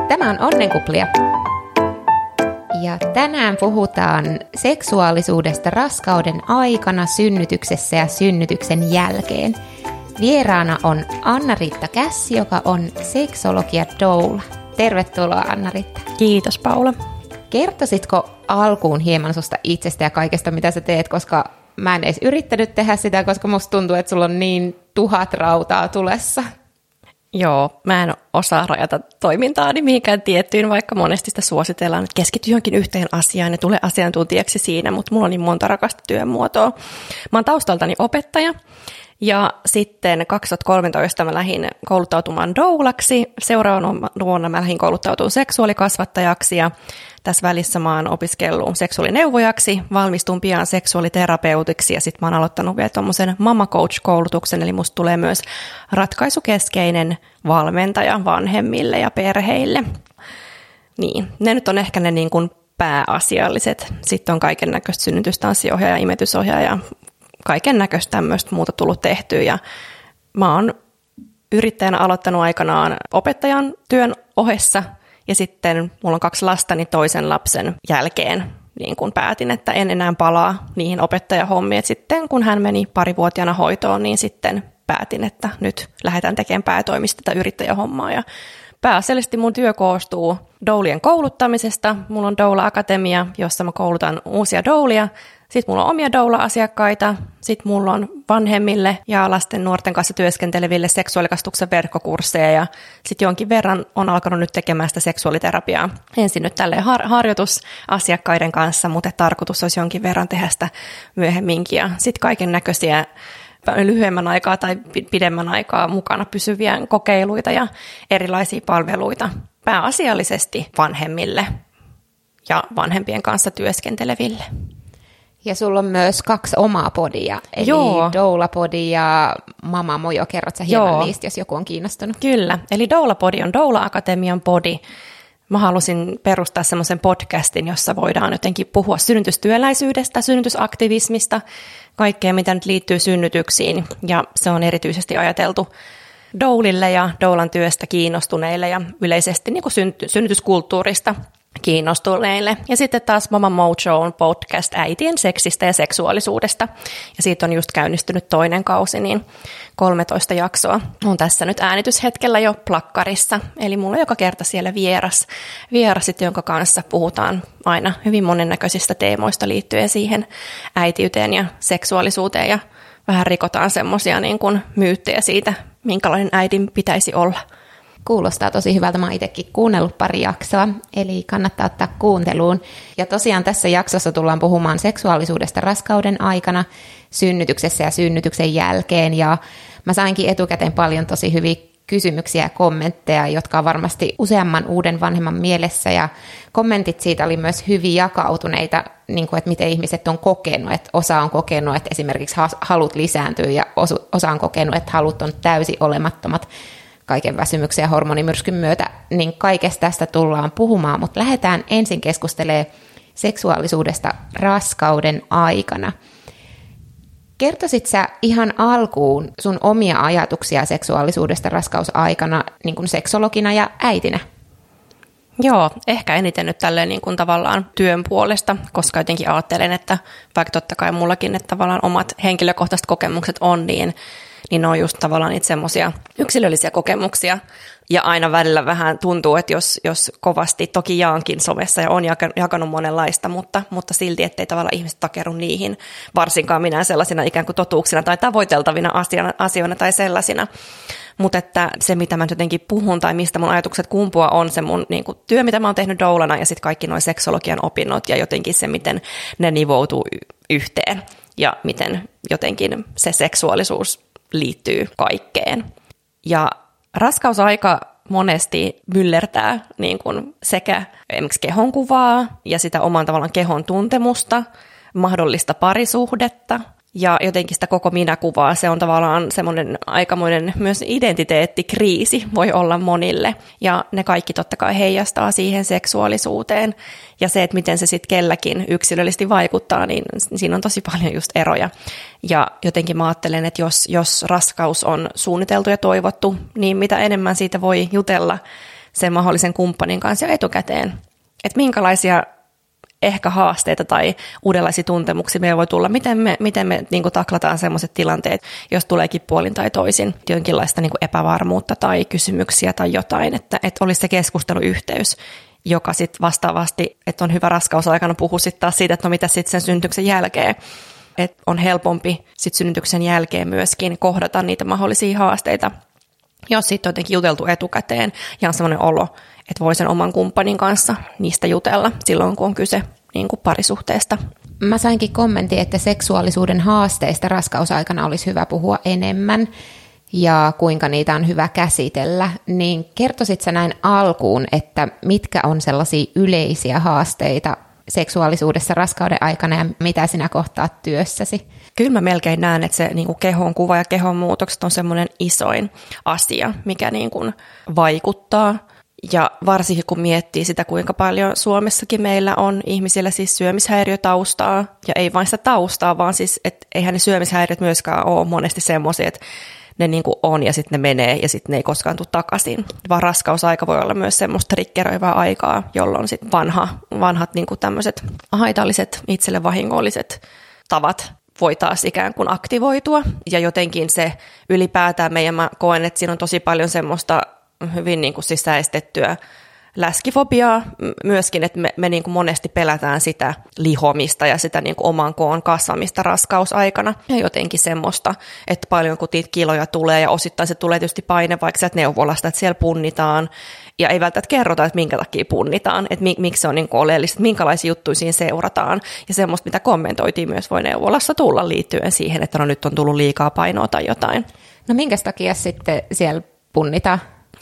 Tämä on Onnenkuplia. Ja tänään puhutaan seksuaalisuudesta raskauden aikana, synnytyksessä ja synnytyksen jälkeen. Vieraana on Anna-Riitta Kässi, joka on seksologi ja doula. Tervetuloa, Anna-Riitta. Kiitos, Paula. Kertoisitko alkuun hieman susta itsestä ja kaikesta, mitä sä teet, koska mä en edes yrittänyt tehdä sitä, koska musta tuntuu, että sulla on niin 1000 rautaa tulessa. Joo, mä en osaa rajata toimintaani mihinkään tiettyyn, vaikka monesti sitä suositellaan, että keskity johonkin yhteen asiaan ja tule asiantuntijaksi siinä, mutta mulla on niin monta rakasta työmuotoa. Mä oon taustaltani opettaja ja sitten 2013 mä lähdin kouluttautumaan doulaksi. Seuraavana vuonna mä lähdin kouluttautumaan seksuaalikasvattajaksi ja tässä välissä mä oon opiskellut seksuaalineuvojaksi, valmistun pian seksuaaliterapeutiksi ja sitten mä oon aloittanut vielä tommosen mama coach-koulutuksen, eli musta tulee myös ratkaisukeskeinen valmentaja vanhemmille ja perheille. Niin, ne nyt on ehkä ne niin kuin pääasialliset. Sitten on kaiken näköistä synnytystanssiohjaaja, imetysohjaaja, kaiken näköistä tämmöistä muuta tullut tehtyä ja mä oon yrittäjänä aloittanut aikanaan opettajan työn ohessa. Ja sitten mulla on 2 lasta, niin toisen lapsen jälkeen niin kun päätin, että en enää palaa niihin opettajahommiin. Et sitten kun hän meni 2-vuotiaana hoitoon, niin sitten päätin, että nyt lähdetään tekemään päätoimista tätä yrittäjähommaa. Ja pääasiallisesti mun työ koostuu doulien kouluttamisesta. Mulla on doula-akatemia, jossa mä koulutan uusia doulia. Sitten mulla on omia doula-asiakkaita, sitten mulla on vanhemmille ja lasten nuorten kanssa työskenteleville seksuaalikasvatuksen verkkokursseja ja sitten jonkin verran on alkanut nyt tekemään sitä seksuaaliterapiaa. Ensin nyt tälleen harjoitusasiakkaiden kanssa, mutta tarkoitus olisi jonkin verran tehdä sitä myöhemminkin ja sitten kaiken näköisiä lyhyemmän aikaa tai pidemmän aikaa mukana pysyviä kokeiluita ja erilaisia palveluita pääasiallisesti vanhemmille ja vanhempien kanssa työskenteleville. Ja sulla on myös 2 omaa podia, eli doula-podi ja Mama Mojo. Kerrot sä hieman niistä, jos joku on kiinnostunut? Kyllä, eli doula-podi on Doula-akatemian podi. Mä halusin perustaa semmoisen podcastin, jossa voidaan jotenkin puhua synnytystyöläisyydestä, synnytysaktivismista, kaikkea mitä nyt liittyy synnytyksiin. Ja se on erityisesti ajateltu doulille ja doulan työstä kiinnostuneille ja yleisesti niin kuin synnytyskulttuurista kiinnostuneille. Ja sitten taas Mama Mojo on podcast äitien seksistä ja seksuaalisuudesta. Ja siitä on just käynnistynyt toinen kausi, niin 13 jaksoa on tässä nyt äänityshetkellä jo plakkarissa. Eli mulla on joka kerta siellä vieras jonka kanssa puhutaan aina hyvin monennäköisistä teemoista liittyen siihen äitiyteen ja seksuaalisuuteen. Ja vähän rikotaan semmoisia niin kuin myyttejä siitä, minkälainen äidin pitäisi olla. Kuulostaa tosi hyvältä. Mä oon itsekin kuunnellut pari jaksoa, eli kannattaa ottaa kuunteluun. Ja tosiaan tässä jaksossa tullaan puhumaan seksuaalisuudesta raskauden aikana, synnytyksessä ja synnytyksen jälkeen. Ja mä sainkin etukäteen paljon tosi hyviä kysymyksiä ja kommentteja, jotka on varmasti useamman uuden vanhemman mielessä. Ja kommentit siitä oli myös hyvin jakautuneita, niin kuin, että miten ihmiset on kokenut. Että osa on kokenut, että esimerkiksi halut lisääntyy ja osa on kokenut, että halut on täysin olemattomat kaiken väsymyksen ja hormonimyrskyn myötä, niin kaikesta tästä tullaan puhumaan, mutta lähdetään ensin keskustelemaan seksuaalisuudesta raskauden aikana. Kertoisit sä ihan alkuun sun omia ajatuksia seksuaalisuudesta raskausaikana niin kuin seksologina ja äitinä? Joo, ehkä eniten nyt tälleen niin kuin tavallaan työn puolesta, koska jotenkin ajattelen, että vaikka totta kai mullakin, että tavallaan omat henkilökohtaiset kokemukset on, niin ne on just tavallaan niitä semmoisia yksilöllisiä kokemuksia. Ja aina välillä vähän tuntuu, että jos kovasti, toki jaankin somessa ja on jakanut monenlaista, mutta silti, ettei tavallaan ihmiset takeru niihin, varsinkaan minä sellaisina ikään kuin totuuksina tai tavoiteltavina asioina tai sellaisina. Mutta että se, mitä mä jotenkin puhun tai mistä mun ajatukset kumpuaa, on se mun niin kuin työ, mitä mä oon tehnyt doulana ja sitten kaikki nuo seksologian opinnot ja jotenkin se, miten ne nivoutuu yhteen ja miten jotenkin se seksuaalisuus liittyy kaikkeen. Ja raskausaika monesti myllertää niin kuin sekä esimerkiksi kehonkuvaa ja sitä oman tavallaan kehon tuntemusta, mahdollista parisuhdetta ja jotenkin sitä koko minäkuvaa. Se on tavallaan semmoinen aikamoinen myös identiteettikriisi voi olla monille ja ne kaikki totta kai heijastaa siihen seksuaalisuuteen ja se, että miten se sitten kelläkin yksilöllisesti vaikuttaa, niin siinä on tosi paljon just eroja. Ja jotenkin mä ajattelen, että jos raskaus on suunniteltu ja toivottu, niin mitä enemmän siitä voi jutella sen mahdollisen kumppanin kanssa jo etukäteen. Että minkälaisia ehkä haasteita tai uudenlaisia tuntemuksia meillä voi tulla, miten me niin kuin taklataan sellaiset tilanteet, jos tuleekin puolin tai toisin jonkinlaista niin kuin epävarmuutta tai kysymyksiä tai jotain, että olisi se keskusteluyhteys, joka sitten vastaavasti, että on hyvä raskausaikana puhua sitten taas siitä, että no mitä sitten sen synnytyksen jälkeen, että on helpompi sitten synnytyksen jälkeen myöskin kohdata niitä mahdollisia haasteita, jos sitten on jotenkin juteltu etukäteen ja on sellainen olo, että voi sen oman kumppanin kanssa niistä jutella silloin, kun on kyse niin kuin parisuhteesta. Mä sainkin kommentin, että seksuaalisuuden haasteista raskausaikana olisi hyvä puhua enemmän ja kuinka niitä on hyvä käsitellä. Niin kertoisit sä näin alkuun, että mitkä on sellaisia yleisiä haasteita seksuaalisuudessa raskauden aikana ja mitä sinä kohtaat työssäsi? Kyllä mä melkein näen, että se niin kuin kehon kuva ja kehon muutokset on semmoinen isoin asia, mikä niin kuin vaikuttaa. Ja varsinkin kun miettii sitä, kuinka paljon Suomessakin meillä on ihmisillä siis syömishäiriötaustaa, ja ei vain sitä taustaa, vaan siis, että eihän ne syömishäiriöt myöskään ole monesti semmoisia, että ne niin kuin on ja sitten ne menee ja sitten ne ei koskaan tule takaisin. Vaan raskausaika voi olla myös semmoista triggeröivää aikaa, jolloin sitten vanhat niin kuin tämmöiset haitalliset, itselle vahingolliset tavat voi taas ikään kuin aktivoitua. Ja jotenkin se ylipäätään mä koen, että siinä on tosi paljon semmoista hyvin niin kuin sisäistettyä läskifobiaa myöskin, että me niin kuin monesti pelätään sitä lihomista ja sitä niin kuin oman koon kasvamista raskausaikana. Ja jotenkin semmoista, että paljon kun niitä kiloja tulee ja osittain se tulee tietysti paine vaikka sieltä neuvolasta, että siellä punnitaan ja ei välttämättä kerrota, että minkä takia punnitaan, että miksi se on niin kuin oleellista, minkälaisia juttuja siinä seurataan. Ja semmoista, mitä kommentoitiin myös voi neuvolassa tulla liittyen siihen, että no nyt on tullut liikaa painoa tai jotain. No minkä takia sitten siellä punnitaan?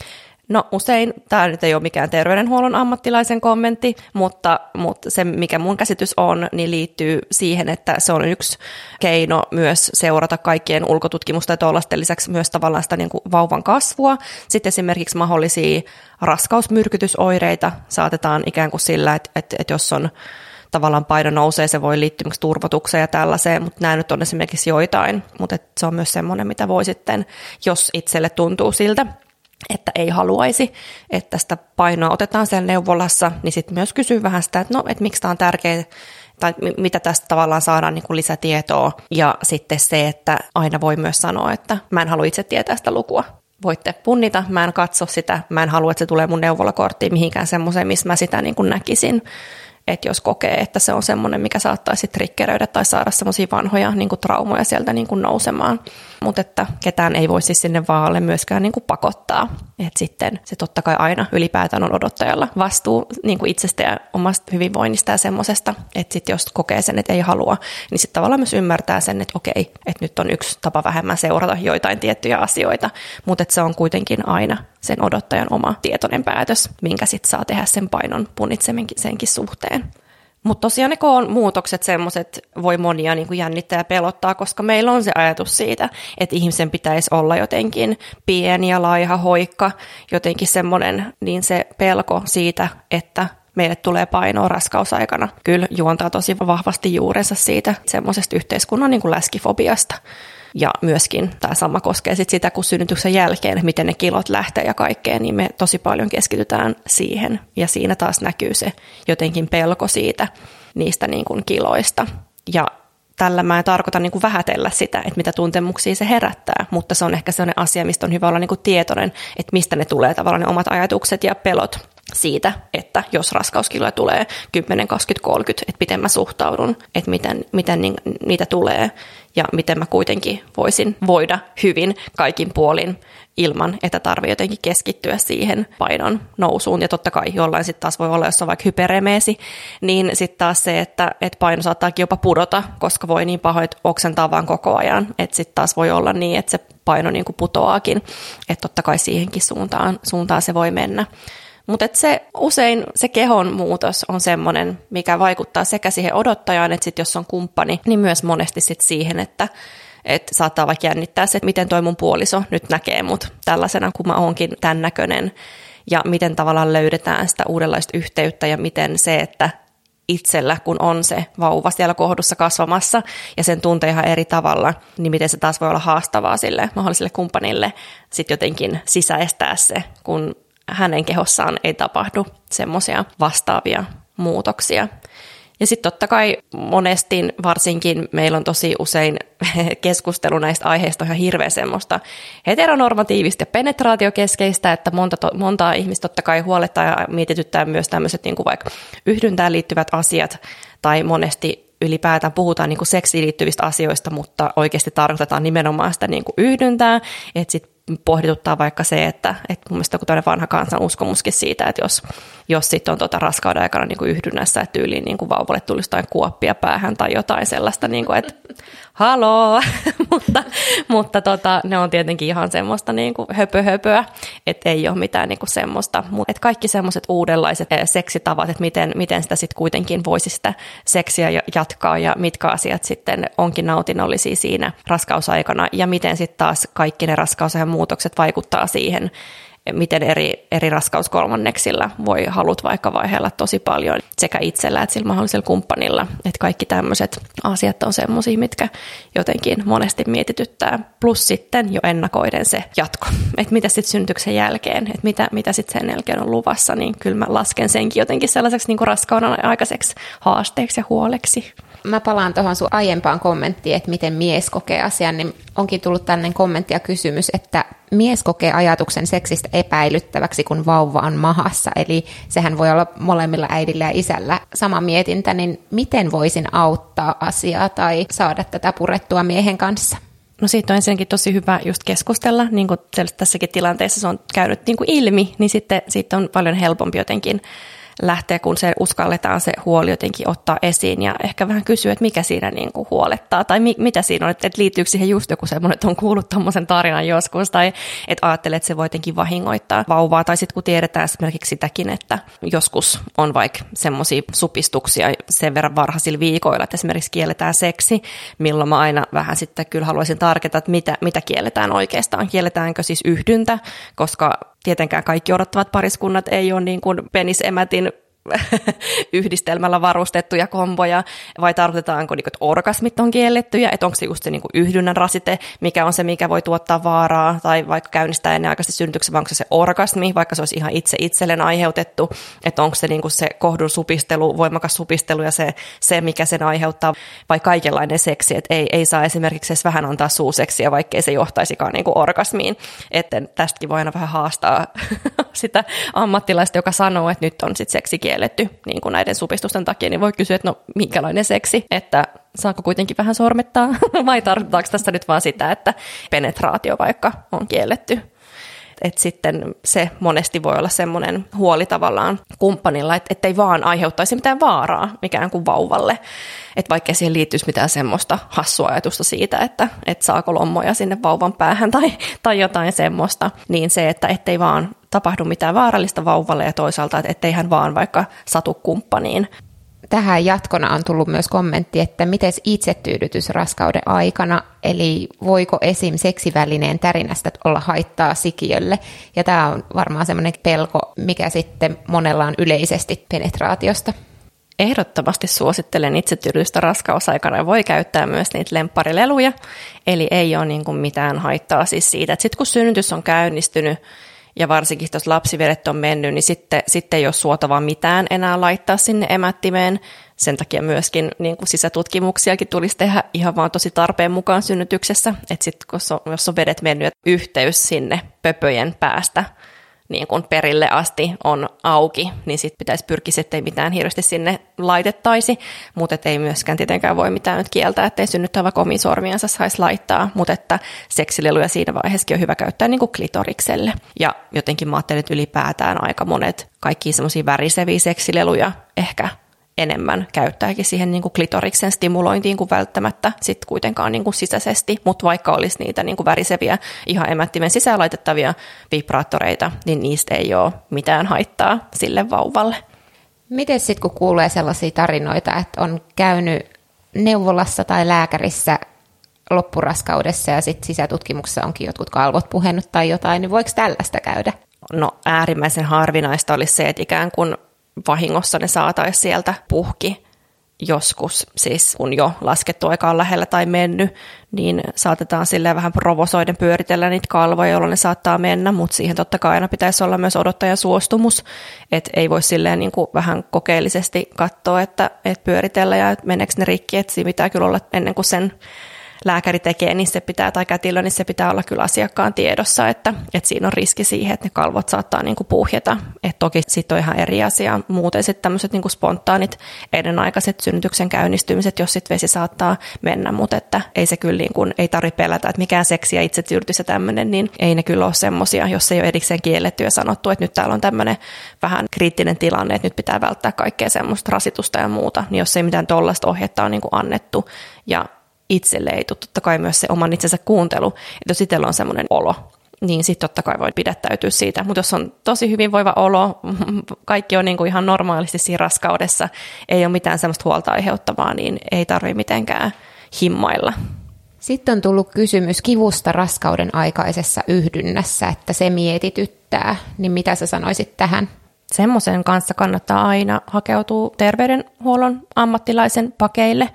No usein, tämä nyt ei ole mikään terveydenhuollon ammattilaisen kommentti, mutta se mikä mun käsitys on, niin liittyy siihen, että se on yksi keino myös seurata kaikkien ulkotutkimusta ja tuollaisten lisäksi myös tavallaan sitä niin kuin vauvan kasvua. Sitten esimerkiksi mahdollisia raskausmyrkytysoireita saatetaan ikään kuin sillä, että jos on tavallaan paino nousee, se voi liittyä turvotukseen ja tällaiseen, mutta nämä nyt on esimerkiksi joitain, mutta se on myös semmoinen, mitä voi sitten, jos itselle tuntuu siltä, että ei haluaisi, että sitä painoa otetaan siellä neuvolassa, niin sitten myös kysyy vähän sitä, että no, että miksi tämä on tärkeää, tai mitä tästä tavallaan saadaan niin kuin lisätietoa, ja sitten se, että aina voi myös sanoa, että mä en halua itse tietää sitä lukua. Voitte punnita, mä en katso sitä, mä en halua, että se tulee mun neuvolakorttiin mihinkään semmoiseen, missä mä sitä niin kuin näkisin. Että jos kokee, että se on semmoinen, mikä saattaisi triggeröidä tai saada semmoisia vanhoja niin kuin traumoja sieltä niin kuin nousemaan. Mutta että ketään ei voi siis sinne vaalle myöskään niin kuin pakottaa. Että sitten se totta kai aina ylipäätään on odottajalla vastuu niin kuin itsestä ja omasta hyvinvoinnista ja semmoisesta. Että sitten jos kokee sen, että ei halua, niin sitten tavallaan myös ymmärtää sen, että okei, että nyt on yksi tapa vähemmän seurata joitain tiettyjä asioita. Mutta että se on kuitenkin aina sen odottajan oma tietoinen päätös, minkä sitten saa tehdä sen painon punnitsemisenkin suhteen. Mutta tosiaan ne koon muutokset semmoiset voi monia niin kuin jännittää ja pelottaa, koska meillä on se ajatus siitä, että ihmisen pitäisi olla jotenkin pieni ja laiha, hoikka, jotenkin semmoinen, niin se pelko siitä, että meille tulee painoa raskausaikana, kyllä juontaa tosi vahvasti juurensa siitä semmoisesta yhteiskunnan niin kuin läskifobiasta. Ja myöskin tämä sama koskee sitä, kun synnytyksen jälkeen, miten ne kilot lähtee ja kaikkea, niin me tosi paljon keskitytään siihen. Ja siinä taas näkyy se jotenkin pelko siitä, niistä niin kuin kiloista. Ja tällä mä en tarkoita niin kuin vähätellä sitä, että mitä tuntemuksia se herättää, mutta se on ehkä sellainen asia, mistä on hyvä olla niin kuin tietoinen, että mistä ne tulee tavallaan ne omat ajatukset ja pelot siitä, että jos raskauskiloja tulee 10, 20, 30, että miten mä suhtaudun, että miten niitä tulee ja miten mä kuitenkin voisin voida hyvin kaikin puolin ilman, että tarvii jotenkin keskittyä siihen painon nousuun. Ja totta kai jollain sitten taas voi olla, jos on vaikka hyperemeesi, niin sitten taas se, että paino saattaakin jopa pudota, koska voi niin pahoin oksentaa vaan koko ajan. Että sitten taas voi olla niin, että se paino niin kuin putoaakin. Että totta kai siihenkin suuntaan se voi mennä. Mutta usein se kehon muutos on semmoinen, mikä vaikuttaa sekä siihen odottajaan, että sit jos on kumppani, niin myös monesti sit siihen, että saattaa vaikka jännittää se, että miten toi mun puoliso nyt näkee mut tällaisena, kun mä oonkin tämän näköinen, ja miten tavallaan löydetään sitä uudenlaista yhteyttä, ja miten se, että itsellä, kun on se vauva siellä kohdussa kasvamassa, ja sen tuntee ihan eri tavalla, niin miten se taas voi olla haastavaa sille mahdolliselle kumppanille sit jotenkin sisäistää se, kun hänen kehossaan ei tapahdu semmoisia vastaavia muutoksia. Ja sitten totta kai monesti varsinkin meillä on tosi usein keskustelu näistä aiheista ihan hirveän semmoista heteronormatiivista ja penetraatiokeskeistä, että montaa ihmistä totta kai huolettaa ja mietityttää myös tämmöiset niin kuin vaikka yhdyntään liittyvät asiat, tai monesti ylipäätään puhutaan niin kuin seksiin liittyvistä asioista, mutta oikeasti tarkoitetaan nimenomaan sitä niin kuin yhdyntää, että sitten pohdituttaa vaikka se, että mun mielestä on tämmöinen vanha kansan uskomuskin siitä, että jos sitten on raskauden aikana niin kuin yhdynnässä, että tyyliin niin kuin vauvalle tulisi jotain kuoppia päähän tai jotain sellaista, niin kuin, että haloo, mutta ne on tietenkin ihan semmoista niin kuin höpöhöpöä, että ei ole mitään niin kuin semmoista, että kaikki semmoiset uudenlaiset seksitavat, että miten sitä sitten kuitenkin voisi sitä seksiä jatkaa ja mitkä asiat sitten onkin nautinnollisia siinä raskausaikana ja miten sitten taas kaikki ne raskausajan muutokset vaikuttaa siihen, miten eri raskauskolmanneksilla voi halut vaikka vaiheella tosi paljon sekä itsellä että sillä mahdollisella kumppanilla. Että kaikki tämmöiset asiat on semmoisia, mitkä jotenkin monesti mietityttää. Plus sitten jo ennakoiden se jatko. Että mitä sitten synnytyksen jälkeen, että mitä sitten sen jälkeen on luvassa, niin kyllä mä lasken senkin jotenkin sellaiseksi niin kuin raskauden aikaiseksi haasteeksi ja huoleksi. Mä palaan tuohon sun aiempaan kommenttiin, että miten mies kokee asian, niin onkin tullut tällainen kommentti ja kysymys, että mies kokee ajatuksen seksistä epäilyttäväksi, kun vauva on mahassa. Eli sehän voi olla molemmilla äidillä ja isällä sama mietintä, niin miten voisin auttaa asiaa tai saada tätä purettua miehen kanssa? No siitä on ensinnäkin tosi hyvä just keskustella, niin kuin tässäkin tilanteessa se on käynyt niin kuin ilmi, niin sitten siitä on paljon helpompi jotenkin lähteä, kun se uskalletaan se huoli jotenkin ottaa esiin ja ehkä vähän kysyä, että mikä siinä niin kuin huolettaa tai mitä siinä on, että liittyykö siihen just joku semmoinen, että on kuullut tommoisen tarinan joskus tai että ajattelee, että se voi jotenkin vahingoittaa vauvaa tai sitten kun tiedetään esimerkiksi sitäkin, että joskus on vaikka semmoisia supistuksia sen verran varhaisilla viikoilla, että esimerkiksi kielletään seksi, milloin mä aina vähän sitten kyllä haluaisin tarkentaa, että mitä kielletään oikeastaan. Kielletäänkö siis yhdyntä, koska tietenkään kaikki odottavat pariskunnat ei ole niin kuin penisemätin yhdistelmällä varustettuja komboja, vai tarkoitetaanko, että orgasmit on kiellettyjä, että onko se just se niin kuin yhdynnän rasite, mikä on se, mikä voi tuottaa vaaraa, tai vaikka käynnistää ennenaikaisesti synnytyksen, vai onko se orgasmi, vaikka se olisi ihan itselleen aiheutettu, että onko se, niin kuin se kohdun supistelu, voimakas supistelu ja se, mikä sen aiheuttaa, vai kaikenlainen seksi, että ei saa esimerkiksi edes vähän antaa suuseksiä, vaikkei se johtaisikaan niin kuin orgasmiin, että tästäkin voi aina vähän haastaa sitä ammattilaista, joka sanoo, että nyt on sitten seksi kielletty niin kuin näiden supistusten takia, niin voi kysyä, että no minkälainen seksi, että saako kuitenkin vähän sormettaa, vai tarkoitaanko tässä nyt vaan sitä, että penetraatio vaikka on kielletty. Että sitten se monesti voi olla semmoinen huoli tavallaan kumppanilla, että ei vaan aiheuttaisi mitään vaaraa ikään kuin vauvalle. Että vaikka siihen liittyisi mitään semmoista hassua ajatusta siitä, että saako lommoja sinne vauvan päähän tai jotain semmoista, niin se, että ettei vaan tapahdu mitään vaarallista vauvalle ja toisaalta, että ettei hän vaan vaikka satu kumppaniin. Tähän jatkona on tullut myös kommentti, että miten itsetyydytys raskauden aikana, eli voiko esim. Seksivälineen tärinästä olla haittaa sikiölle. Ja tämä on varmaan semmoinen pelko, mikä sitten monella on yleisesti penetraatiosta. Ehdottomasti suosittelen itsetyydytystä raskausaikana ja voi käyttää myös niitä lempparileluja, eli ei ole niin kuin mitään haittaa siis siitä, että sitten kun synnytys on käynnistynyt, ja varsinkin, jos lapsivedet on mennyt, niin sitten ei ole suotavaa mitään enää laittaa sinne emättimeen. Sen takia myöskin niin kuin sisätutkimuksiakin tulisi tehdä ihan vaan tosi tarpeen mukaan synnytyksessä. Että sitten jos on vedet mennyt, että yhteys sinne pöpöjen päästä niin kuin perille asti on auki, niin sitten pitäisi pyrkiä, ettei mitään hirveästi sinne laitettaisi, mutta ei myöskään tietenkään voi mitään nyt kieltää, ettei synnyttää vaikka omiin sormiansa saisi laittaa, mutta että seksileluja siinä vaiheessakin on hyvä käyttää niin kuin klitorikselle. Ja jotenkin mä ajattelin, että ylipäätään aika monet kaikkia semmoisia väriseviä seksileluja ehkä enemmän käyttääkin siihen niin kuin klitoriksen stimulointiin kuin välttämättä sitten kuitenkaan niin kuin sisäisesti, mutta vaikka olisi niitä niin kuin väriseviä ihan emättimen sisään laitettavia vibraattoreita, niin niistä ei ole mitään haittaa sille vauvalle. Miten sitten kun kuulee sellaisia tarinoita, että on käynyt neuvolassa tai lääkärissä loppuraskaudessa ja sitten sisätutkimuksessa onkin jotkut kalvot puhennut tai jotain, niin voiko tällaista käydä? No äärimmäisen harvinaista olisi se, että ikään kuin vahingossa ne saataisiin sieltä puhki joskus, siis kun jo laskettu aika on lähellä tai mennyt, niin saatetaan silleen vähän provosoiden pyöritellä niitä kalvoja, jolloin ne saattaa mennä, mutta siihen totta kai aina pitäisi olla myös odottajan suostumus, että ei voi silleen niin kuin vähän kokeellisesti katsoa, että pyöritellä ja että meneekö ne rikki, että siinä pitää kyllä olla ennen kuin sen lääkäri tekee, niin se pitää, tai kätilö, niin se pitää olla kyllä asiakkaan tiedossa, että siinä on riski siihen, että ne kalvot saattaa niin kuin puhjeta. Et toki sitten on ihan eri asia. Muuten sitten tämmöiset niin kuin spontaanit ennenaikaiset synnytyksen käynnistymiset, jos sitten vesi saattaa mennä, mutta että ei se kyllä niin kuin, ei tarvitse pelätä, että mikään seksi ja itsetyydytys ja tämmöinen, niin ei ne kyllä ole semmoisia, jos ei ole erikseen kielletty ja sanottu, että nyt täällä on tämmöinen vähän kriittinen tilanne, että nyt pitää välttää kaikkea semmoista rasitusta ja muuta, niin jos ei mitään tollaista ohjetta on niin kuin annettu ja itselle ei tule totta kai myös se oman itsensä kuuntelu, että jos itsellä on semmoinen olo, niin sitten totta kai voi pidättäytyä siitä. Mutta jos on tosi hyvinvoiva olo, kaikki on niinku ihan normaalisti siinä raskaudessa, ei ole mitään semmoista huolta aiheuttavaa, niin ei tarvitse mitenkään himmailla. Sitten on tullut kysymys kivusta raskauden aikaisessa yhdynnässä, että se mietityttää. Niin mitä sä sanoisit tähän? Semmoisen kanssa kannattaa aina hakeutua terveydenhuollon ammattilaisen pakeille.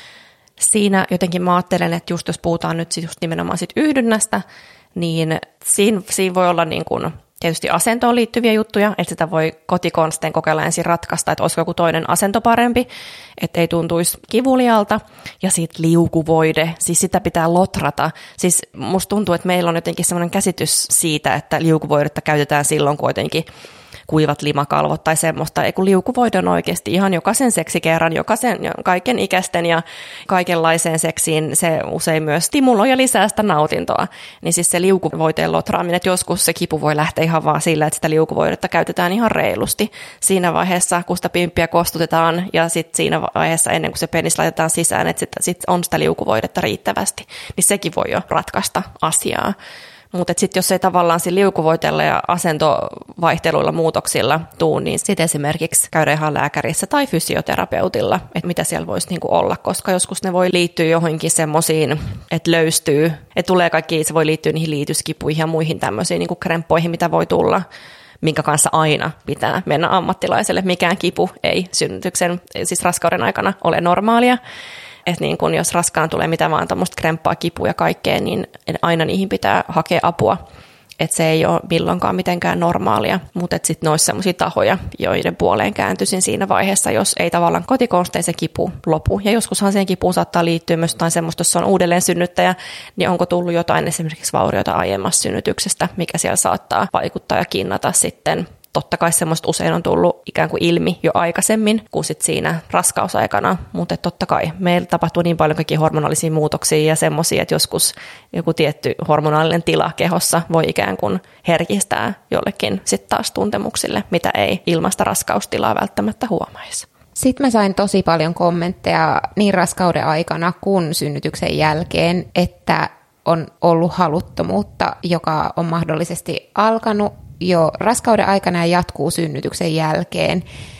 Siinä jotenkin mä ajattelen, että just jos puhutaan nyt just nimenomaan sit yhdynnästä, niin siinä voi olla niin kuin tietysti asentoon liittyviä juttuja, että sitä voi kotikonstein kokeilla ensin ratkaista, että olisiko joku toinen asento parempi, että ei tuntuisi kivulialta. Ja sitten liukuvoide, siis sitä pitää lotrata. Siis musta tuntuu, että meillä on jotenkin sellainen käsitys siitä, että liukuvoidetta käytetään silloin, kun jotenkin kuivat limakalvot tai semmoista, ei kun liukuvoide on oikeasti ihan jokaisen seksikerran, kaiken ikäisten ja kaikenlaiseen seksiin se usein myös stimuloi ja lisää sitä nautintoa. Niin siis se liukuvoiteen lotraaminen, että joskus se kipu voi lähteä ihan vaan sillä, että sitä liukuvoidetta käytetään ihan reilusti. Siinä vaiheessa, kun sitä pimppiä kostutetaan ja sitten siinä vaiheessa ennen kuin se penis laitetaan sisään, että sit on sitä liukuvoidetta riittävästi, niin sekin voi jo ratkaista asiaa. Mutta sitten jos ei tavallaan sillä liukuvoiteella ja asentovaihteluilla muutoksilla tuu, niin sitten esimerkiksi käydä ihan lääkärissä tai fysioterapeutilla, että mitä siellä voisi niinku olla, koska joskus ne voi liittyä johonkin semmoisiin, että löystyy, että tulee kaikki, se voi liittyä niihin liityskipuihin ja muihin tämmöisiin niinku kremppoihin, mitä voi tulla, minkä kanssa aina pitää mennä ammattilaiselle. Mikään kipu ei synnytyksen, siis raskauden aikana ole normaalia. Että niin kun jos raskaan tulee mitä vaan tuommoista kremppaa, kipua ja kaikkea, niin aina niihin pitää hakea apua. Että se ei ole milloinkaan mitenkään normaalia. Mutta sitten ne olisi sellaisia tahoja, joiden puoleen kääntyisin siinä vaiheessa, jos ei tavallaan kotikonstein se kipu lopu. Ja joskushan siihen kipuun saattaa liittyä myös jotain semmoista, jos on uudelleen synnyttäjä, niin onko tullut jotain esimerkiksi vaurioita aiemmasta synnytyksestä, mikä siellä saattaa vaikuttaa ja kinnata sitten. Totta kai semmoista usein on tullut ikään kuin ilmi jo aikaisemmin kuin sit siinä raskausaikana, mutta totta kai meillä tapahtuu niin paljon kaikkia hormonaalisia muutoksia ja semmoisia, että joskus joku tietty hormonaalinen tila kehossa voi ikään kuin herkistää jollekin sitten taas tuntemuksille, mitä ei ilmaista raskaustilaa välttämättä huomaisi. Sitten mä sain tosi paljon kommentteja niin raskauden aikana kuin synnytyksen jälkeen, että on ollut haluttomuutta, joka on mahdollisesti alkanut jo raskauden aikana ja jatkuu synnytyksen jälkeen.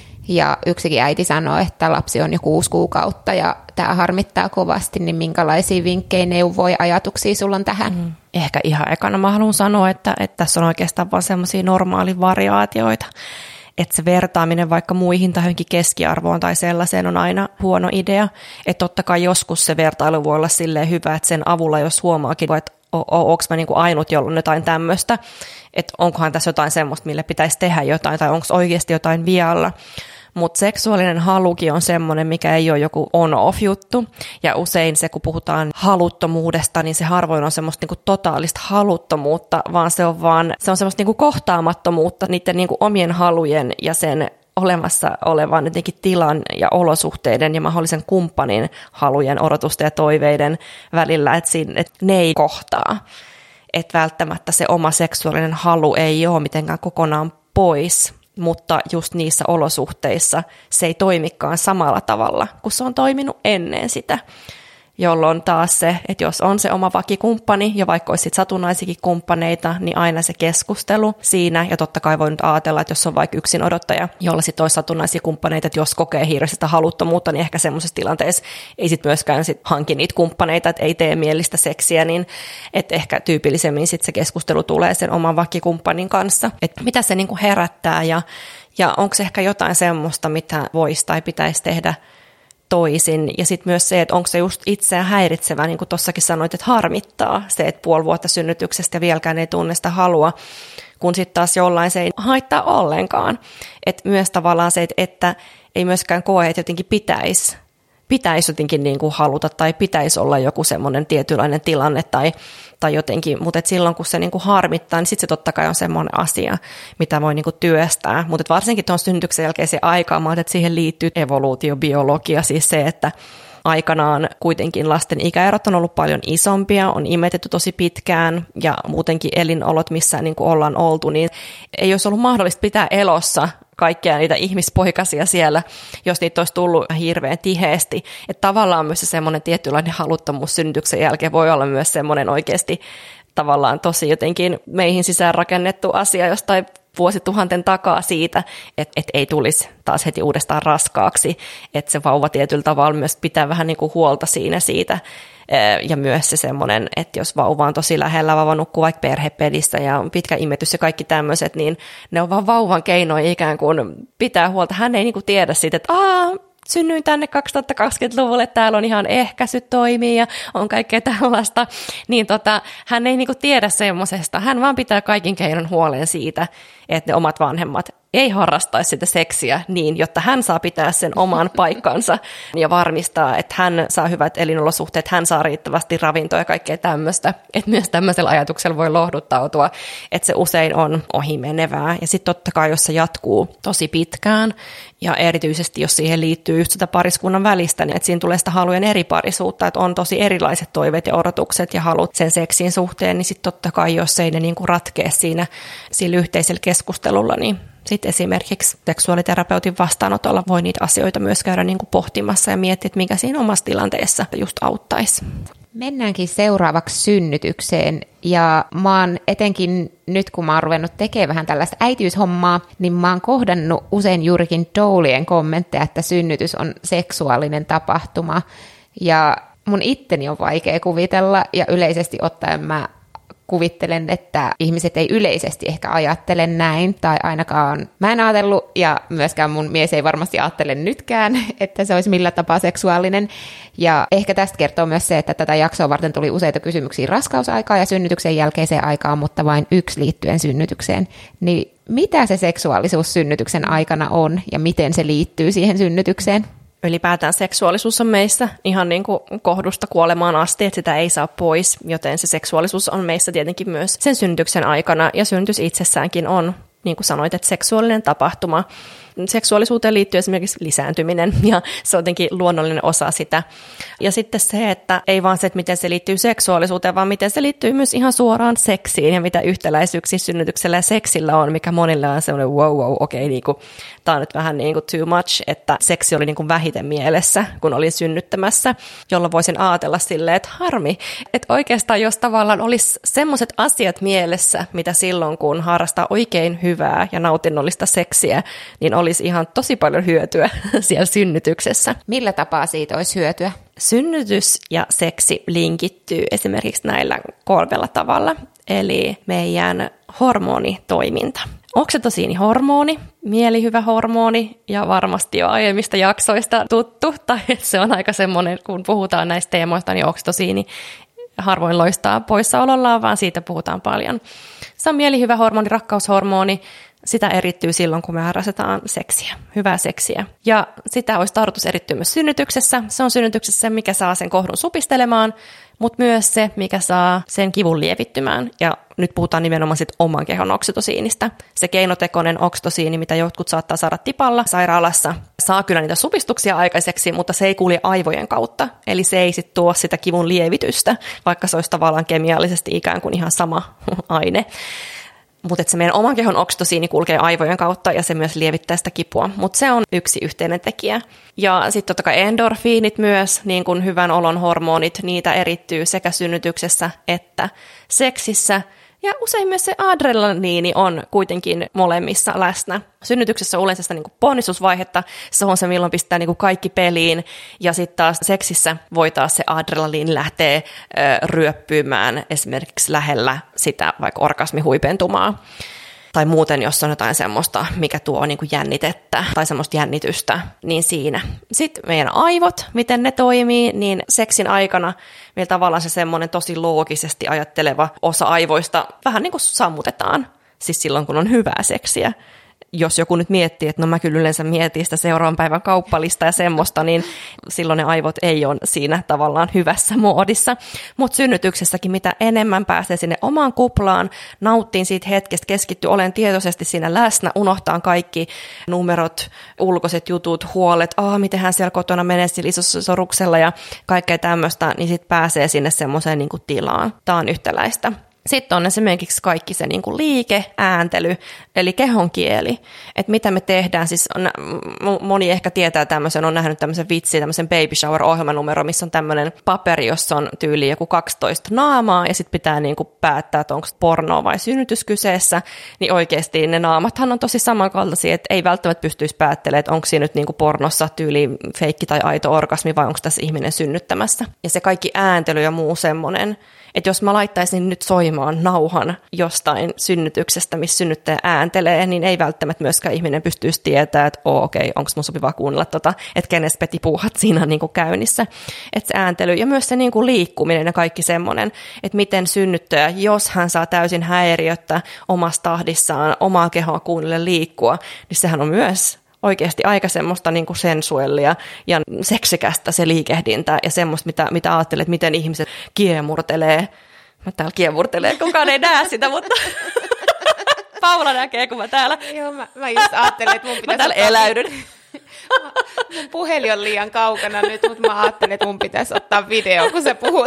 Ja yksikin äiti sanoi, että lapsi on jo 6 kuukautta ja tämä harmittaa kovasti, niin minkälaisia vinkkejä, neuvoja, ajatuksia sulla on tähän? Ehkä ihan ekana mä haluan sanoa, että tässä on oikeastaan vaan semmoisia normaalivariaatioita. Että se vertaaminen vaikka muihin tai johonkin keskiarvoon tai sellaiseen on aina huono idea. Että totta kai joskus se vertailu voi olla silleen hyvä, että sen avulla jos huomaakin, että onko mä niinku ainut, jolla on jotain tämmöistä, että onkohan tässä jotain semmoista, mille pitäisi tehdä jotain, tai onko oikeasti jotain vialla. Mutta seksuaalinen halukin on semmoinen, mikä ei ole joku on-off-juttu. Ja usein se, kun puhutaan haluttomuudesta, niin se harvoin on semmoista niinku totaalista haluttomuutta, vaan se on semmoista niinku kohtaamattomuutta niiden niinku omien halujen ja sen olemassa olevan jotenkin tilan ja olosuhteiden ja mahdollisen kumppanin halujen, odotusten ja toiveiden välillä, että ne ei kohtaa. Että välttämättä se oma seksuaalinen halu ei ole mitenkään kokonaan pois, mutta just niissä olosuhteissa se ei toimikaan samalla tavalla, kun se on toiminut ennen sitä. Jolloin taas se, että jos on se oma vakikumppani ja vaikka olisi satunnaisikin kumppaneita, niin aina se keskustelu siinä. Ja totta kai voi nyt ajatella, että jos on vaikka yksin odottaja, jolla sitten olisi satunnaisia kumppaneita, että jos kokee hirveästä haluttomuutta, niin ehkä semmoisessa tilanteessa ei sitten myöskään sit hanki niitä kumppaneita, että ei tee mielistä seksiä, niin että ehkä tyypillisemmin sitten se keskustelu tulee sen oman vakikumppanin kanssa. Että mitä se niinku herättää ja onko ehkä jotain semmoista, mitä voisi tai pitäisi tehdä toisin. Ja sitten myös se, että onko se just itseään häiritsevää, niin kuin tuossakin sanoit, että harmittaa se, että puoli vuotta synnytyksestä ja vieläkään ei tunne sitä halua, kun sitten taas jollain se ei haittaa ollenkaan. Että myös tavallaan se, että ei myöskään koe, että jotenkin pitäisi jotenkin niin kuin haluta tai pitäisi olla joku semmoinen tietynlainen tilanne tai jotenkin, mutta silloin kun se niin kuin harmittaa, niin sitten se totta kai on semmoinen asia, mitä voi niin kuin työstää. Mutta varsinkin tuon synnytyksen jälkeiseen aikaan, että siihen liittyy evoluutiobiologia, siis se, että aikanaan kuitenkin lasten ikäerot on ollut paljon isompia, on imetetty tosi pitkään ja muutenkin elinolot, missä niin kuin ollaan oltu, niin ei olisi ollut mahdollista pitää elossa kaikkia niitä ihmispoikasia siellä, jos niitä olisi tullut hirveän tiheesti. Että tavallaan myös se semmoinen tietynlainen haluttomuus synnytyksen jälkeen voi olla myös semmoinen oikeasti tavallaan tosi jotenkin meihin sisään rakennettu asia jostain vuosituhanten takaa siitä, että ei tulisi taas heti uudestaan raskaaksi, että se vauva tietyllä tavalla myös pitää vähän niin kuin huolta siinä siitä, ja myös se semmoinen, että jos vauva on tosi lähellä, vauva nukkuu vaikka perhepedissä ja on pitkä imetys ja kaikki tämmöiset, niin ne on vaan vauvan keinoja ikään kuin pitää huolta. Hän ei niin kuin tiedä siitä, että synnyin tänne 2020-luvulle, täällä on ihan ehkäisyt toimii ja on kaikkea tällaista, niin hän ei niinku tiedä semmoisesta. Hän vaan pitää kaikin keinon huolen siitä, että ne omat vanhemmat ei harrastaisi sitä seksiä niin, jotta hän saa pitää sen oman paikkansa ja varmistaa, että hän saa hyvät elinolosuhteet, hän saa riittävästi ravintoa ja kaikkea tämmöistä. Että myös tämmöisellä ajatuksella voi lohduttautua, että se usein on ohimenevää. Ja sitten totta kai, jos se jatkuu tosi pitkään ja erityisesti, jos siihen liittyy just sitä pariskunnan välistä, niin että siinä tulee sitä halujen eri parisuutta, että on tosi erilaiset toiveet ja odotukset ja halut sen seksin suhteen, niin sitten totta kai, jos ei ne niinku ratkea sillä yhteisellä keskustelulla, niin sitten esimerkiksi seksuaaliterapeutin vastaanotolla voi niitä asioita myös käydä niin kuin pohtimassa ja miettiä, että mikä siinä omassa tilanteessa just auttaisi. Mennäänkin seuraavaksi synnytykseen ja mä oon etenkin nyt, kun mä oon ruvennut tekemään vähän tällaista äitiyshommaa, niin mä oon kohdannut usein juurikin doulien kommentteja, että synnytys on seksuaalinen tapahtuma ja mun itteni on vaikea kuvitella ja yleisesti ottaen mä kuvittelen, että ihmiset ei yleisesti ehkä ajattele näin, tai ainakaan mä en ajatellut, ja myöskään mun mies ei varmasti ajattele nytkään, että se olisi millä tapaa seksuaalinen. Ja ehkä tästä kertoo myös se, että tätä jaksoa varten tuli useita kysymyksiä raskausaikaa ja synnytyksen jälkeiseen aikaan, mutta vain yksi liittyen synnytykseen. Niin mitä se seksuaalisuus synnytyksen aikana on, ja miten se liittyy siihen synnytykseen? Ylipäätään seksuaalisuus on meissä ihan niin kuin kohdusta kuolemaan asti, että sitä ei saa pois, joten se seksuaalisuus on meissä tietenkin myös sen synnytyksen aikana, ja synnytys itsessäänkin on, niin kuin sanoit, että seksuaalinen tapahtuma. Seksuaalisuuteen liittyy esimerkiksi lisääntyminen, ja se on jotenkin luonnollinen osa sitä. Ja sitten se, että ei vaan se, että miten se liittyy seksuaalisuuteen, vaan miten se liittyy myös ihan suoraan seksiin, ja mitä yhtäläisyyksiä synnytyksellä ja seksillä on, mikä monille on semmoinen okei, niin tämä on nyt vähän niin kuin too much, että seksi oli niin kuin vähiten mielessä, kun olin synnyttämässä, jolloin voisin ajatella silleen, että harmi, että oikeastaan jos tavallaan olisi semmoiset asiat mielessä, mitä silloin, kun harrastaa oikein hyvää ja nautinnollista seksiä, niin olisi ihan tosi paljon hyötyä siellä synnytyksessä. Millä tapaa siitä olisi hyötyä? Synnytys ja seksi linkittyy esimerkiksi näillä 3 tavalla, eli meidän hormonitoiminta. Oksitosiinihormoni, mielihyvähormoni ja varmasti jo aiemmista jaksoista tuttu, tai se on aika semmoinen, kun puhutaan näistä teemoista, niin oksitosiini harvoin loistaa poissaolollaan, vaan siitä puhutaan paljon. Se on mielihyvähormoni, rakkaushormoni. Sitä erittyy silloin, kun me harrastetaan seksiä, hyvää seksiä. Ja sitä olisi tarkoitus erittyä myös synnytyksessä. Se on synnytyksessä se, mikä saa sen kohdun supistelemaan, mutta myös se, mikä saa sen kivun lievittymään. Ja nyt puhutaan nimenomaan sit oman kehon oksitosiinista. Se keinotekoinen oksitosiini, mitä jotkut saattaa saada tipalla sairaalassa, saa kyllä niitä supistuksia aikaiseksi, mutta se ei kulje aivojen kautta. Eli se ei sitten tuo sitä kivun lievitystä, vaikka se olisi tavallaan kemiallisesti ikään kuin ihan sama aine. Mutta se meidän oman kehon oksitosiini kulkee aivojen kautta ja se myös lievittää sitä kipua. Mutta se on yksi yhteinen tekijä. Ja sitten totta kai endorfiinit myös, niin kuin hyvän olon hormonit, niitä erittyy sekä synnytyksessä että seksissä. Ja usein myös se adrenaliini on kuitenkin molemmissa läsnä. Synnytyksessä on yleensä sitä niin kuin ponnistusvaihetta, se on se milloin pistää niin kuin kaikki peliin. Ja sitten taas seksissä voi taas se adrenaliini lähteä ryöppymään esimerkiksi lähellä sitä vaikka orgasmihuipentumaa. tai muuten, jos on jotain semmoista, mikä tuo niin kuin jännitettä tai semmoista jännitystä, niin siinä. Sitten meidän aivot, miten ne toimii, niin seksin aikana meillä tavallaan se semmoinen tosi loogisesti ajatteleva osa aivoista vähän niin kuin sammutetaan, siis silloin kun on hyvää seksiä. Jos joku nyt miettii, että no mä kyllä yleensä mietin sitä seuraavan päivän kauppalista ja semmoista, niin silloin ne aivot ei ole siinä tavallaan hyvässä moodissa. Mutta synnytyksessäkin mitä enemmän pääsee sinne omaan kuplaan, nauttiin siitä hetkestä, keskittyy olen tietoisesti siinä läsnä, unohtaa kaikki numerot, ulkoiset jutut, huolet, mitenhän siellä kotona menee sillä isossa soruksella ja kaikkea tämmöistä, niin sitten pääsee sinne semmoiseen niin kuin tilaan. Tämä on yhtäläistä. Sitten on esimerkiksi kaikki se niin kuin liike, ääntely, eli kehonkieli, että mitä me tehdään. Siis moni ehkä tietää tämmöisen, on nähnyt tämmöisen vitsin, tämmöisen Baby Shower-ohjelmanumero, missä on tämmöinen paperi, jossa on tyyli joku 12 naamaa, ja sitten pitää niin kuin päättää, että onko pornoa vai synnytys kyseessä, niin oikeasti ne naamathan on tosi samankaltaisia, että ei välttämättä pystyisi päättelemään, että onko siinä nyt niin kuin pornossa tyyli feikki tai aito orgasmi, vai onko tässä ihminen synnyttämässä. Ja se kaikki ääntely ja muu semmoinen, että jos mä laittaisin nyt soimaan nauhan jostain synnytyksestä, missä synnyttäjä ääntelee, niin ei välttämättä myöskään ihminen pystyisi tietämään, että okei, onko mun sopivaa kuunnella että kenes Peti puuhat siinä niin kuin käynnissä. Että se ääntely ja myös se niin kuin liikkuminen ja kaikki semmoinen, että miten synnyttäjä, jos hän saa täysin häiriöttä omassa tahdissaan, omaa kehoa kuunnellen liikkua, niin sehän on myös oikeasti aika semmoista niin kuin sensuellia ja seksikästä se liikehdintä ja semmoista, mitä ajattelet, että miten ihmiset kiemurtelee. Mä täällä kiemurtelee, kukaan ei näe sitä, mutta Paula näkee, kun mä täällä. Joo, mä just ajattelin, että mun pitäisi... Mä täällä eläydyn. Mun puhelin on liian kaukana nyt, mutta mä ajattelin, että mun pitäisi ottaa video, kun sä puhut.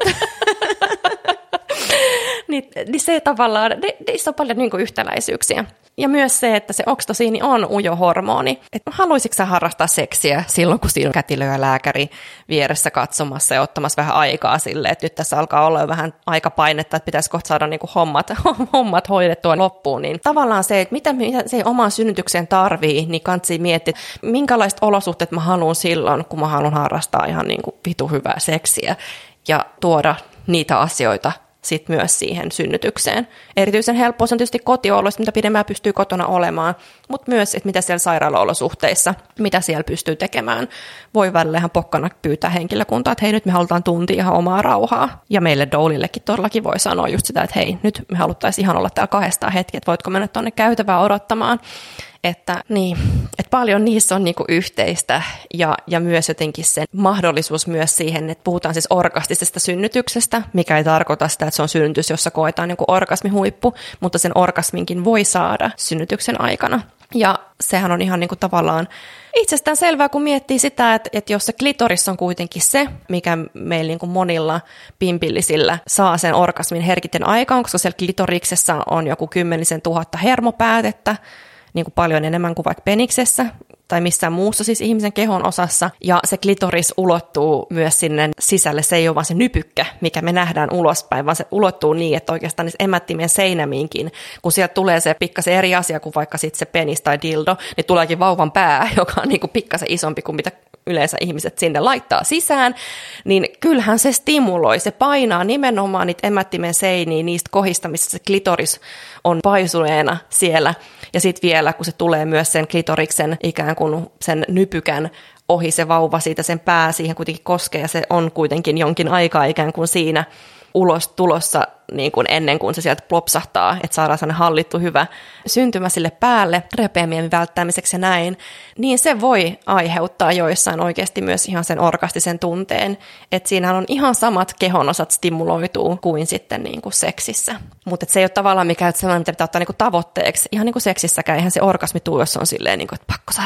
Niin se tavallaan, niissä on paljon niin kuin yhtäläisyyksiä. Ja myös se, että se oksitosiini on ujo hormoni. Että haluaisitko sä harrastaa seksiä silloin, kun siinä on kätilö ja lääkäri vieressä katsomassa ja ottamassa vähän aikaa silleen, että nyt tässä alkaa olla jo vähän aikapainetta, että pitäisi kohta saada niin kuin hommat hoidettua loppuun. Niin tavallaan se, että mitä se omaan synnytykseen tarvii, niin kansi miettiä, minkälaiset olosuhteet mä haluan silloin, kun mä haluan harrastaa ihan niin kuin vitu hyvää seksiä ja tuoda niitä asioita sitten myös siihen synnytykseen. Erityisen helppoa se on tietysti kotioloissa, mitä pidemmään pystyy kotona olemaan, mutta myös, että mitä siellä sairaala-olosuhteissa, mitä siellä pystyy tekemään. Voi välillähän pokkana pyytää henkilökuntaa, että hei, nyt me halutaan tuntia ihan omaa rauhaa. Ja meille doulillekin todellakin voi sanoa just sitä, että hei, nyt me haluttaisiin ihan olla täällä kahdestaan hetki, että voitko mennä tuonne käytävään odottamaan. Että paljon niissä on niinku yhteistä ja myös jotenkin se mahdollisuus myös siihen, että puhutaan siis orgastisesta synnytyksestä, mikä ei tarkoita sitä, että se on synnytys, jossa koetaan joku orgasmihuippu, mutta sen orgasminkin voi saada synnytyksen aikana. Ja sehän on ihan niinku tavallaan itsestään selvää, kun miettii sitä, että jos se klitoris on kuitenkin se, mikä meillä niinku monilla pimpillisillä saa sen orgasmin herkiten aikaan, koska siellä klitoriksessa on joku 10 000 hermopäätettä, niin kuin paljon enemmän kuin vaikka peniksessä tai missään muussa siis ihmisen kehon osassa. Ja se klitoris ulottuu myös sinne sisälle. Se ei ole vaan se nypykkä, mikä me nähdään ulospäin, vaan se ulottuu niin, että oikeastaan niissä emättimien seinämiinkin, kun sieltä tulee se pikkasen eri asia kuin vaikka sitten se penis tai dildo, niin tuleekin vauvan pää, joka on niin kuin pikkasen isompi kuin mitä yleensä ihmiset sinne laittaa sisään, niin kyllähän se stimuloi, se painaa nimenomaan niitä emättimen seiniä niistä kohdista, missä se klitoris on paisuneena siellä. Ja sitten vielä, kun se tulee myös sen klitoriksen ikään kuin sen nypykän ohi se vauva siitä, sen pää siihen kuitenkin koskee ja se on kuitenkin jonkin aikaa ikään kuin siinä ulos tulossa niin kuin ennen kuin se sieltä plopsahtaa, että saadaan sellainen hallittu hyvä syntymä sille päälle repeämien välttämiseksi ja näin, niin se voi aiheuttaa joissain oikeasti myös ihan sen orgastisen tunteen, että siinähän on ihan samat kehonosat stimuloituu kuin sitten niin kuin seksissä. Mutta se ei ole tavallaan mikään sellainen, mitä pitää ottaa niin kuin tavoitteeksi. Ihan niin kuin seksissäkään, eihän se orgasmi tuu, jos on silleen, niin kuin, että pakko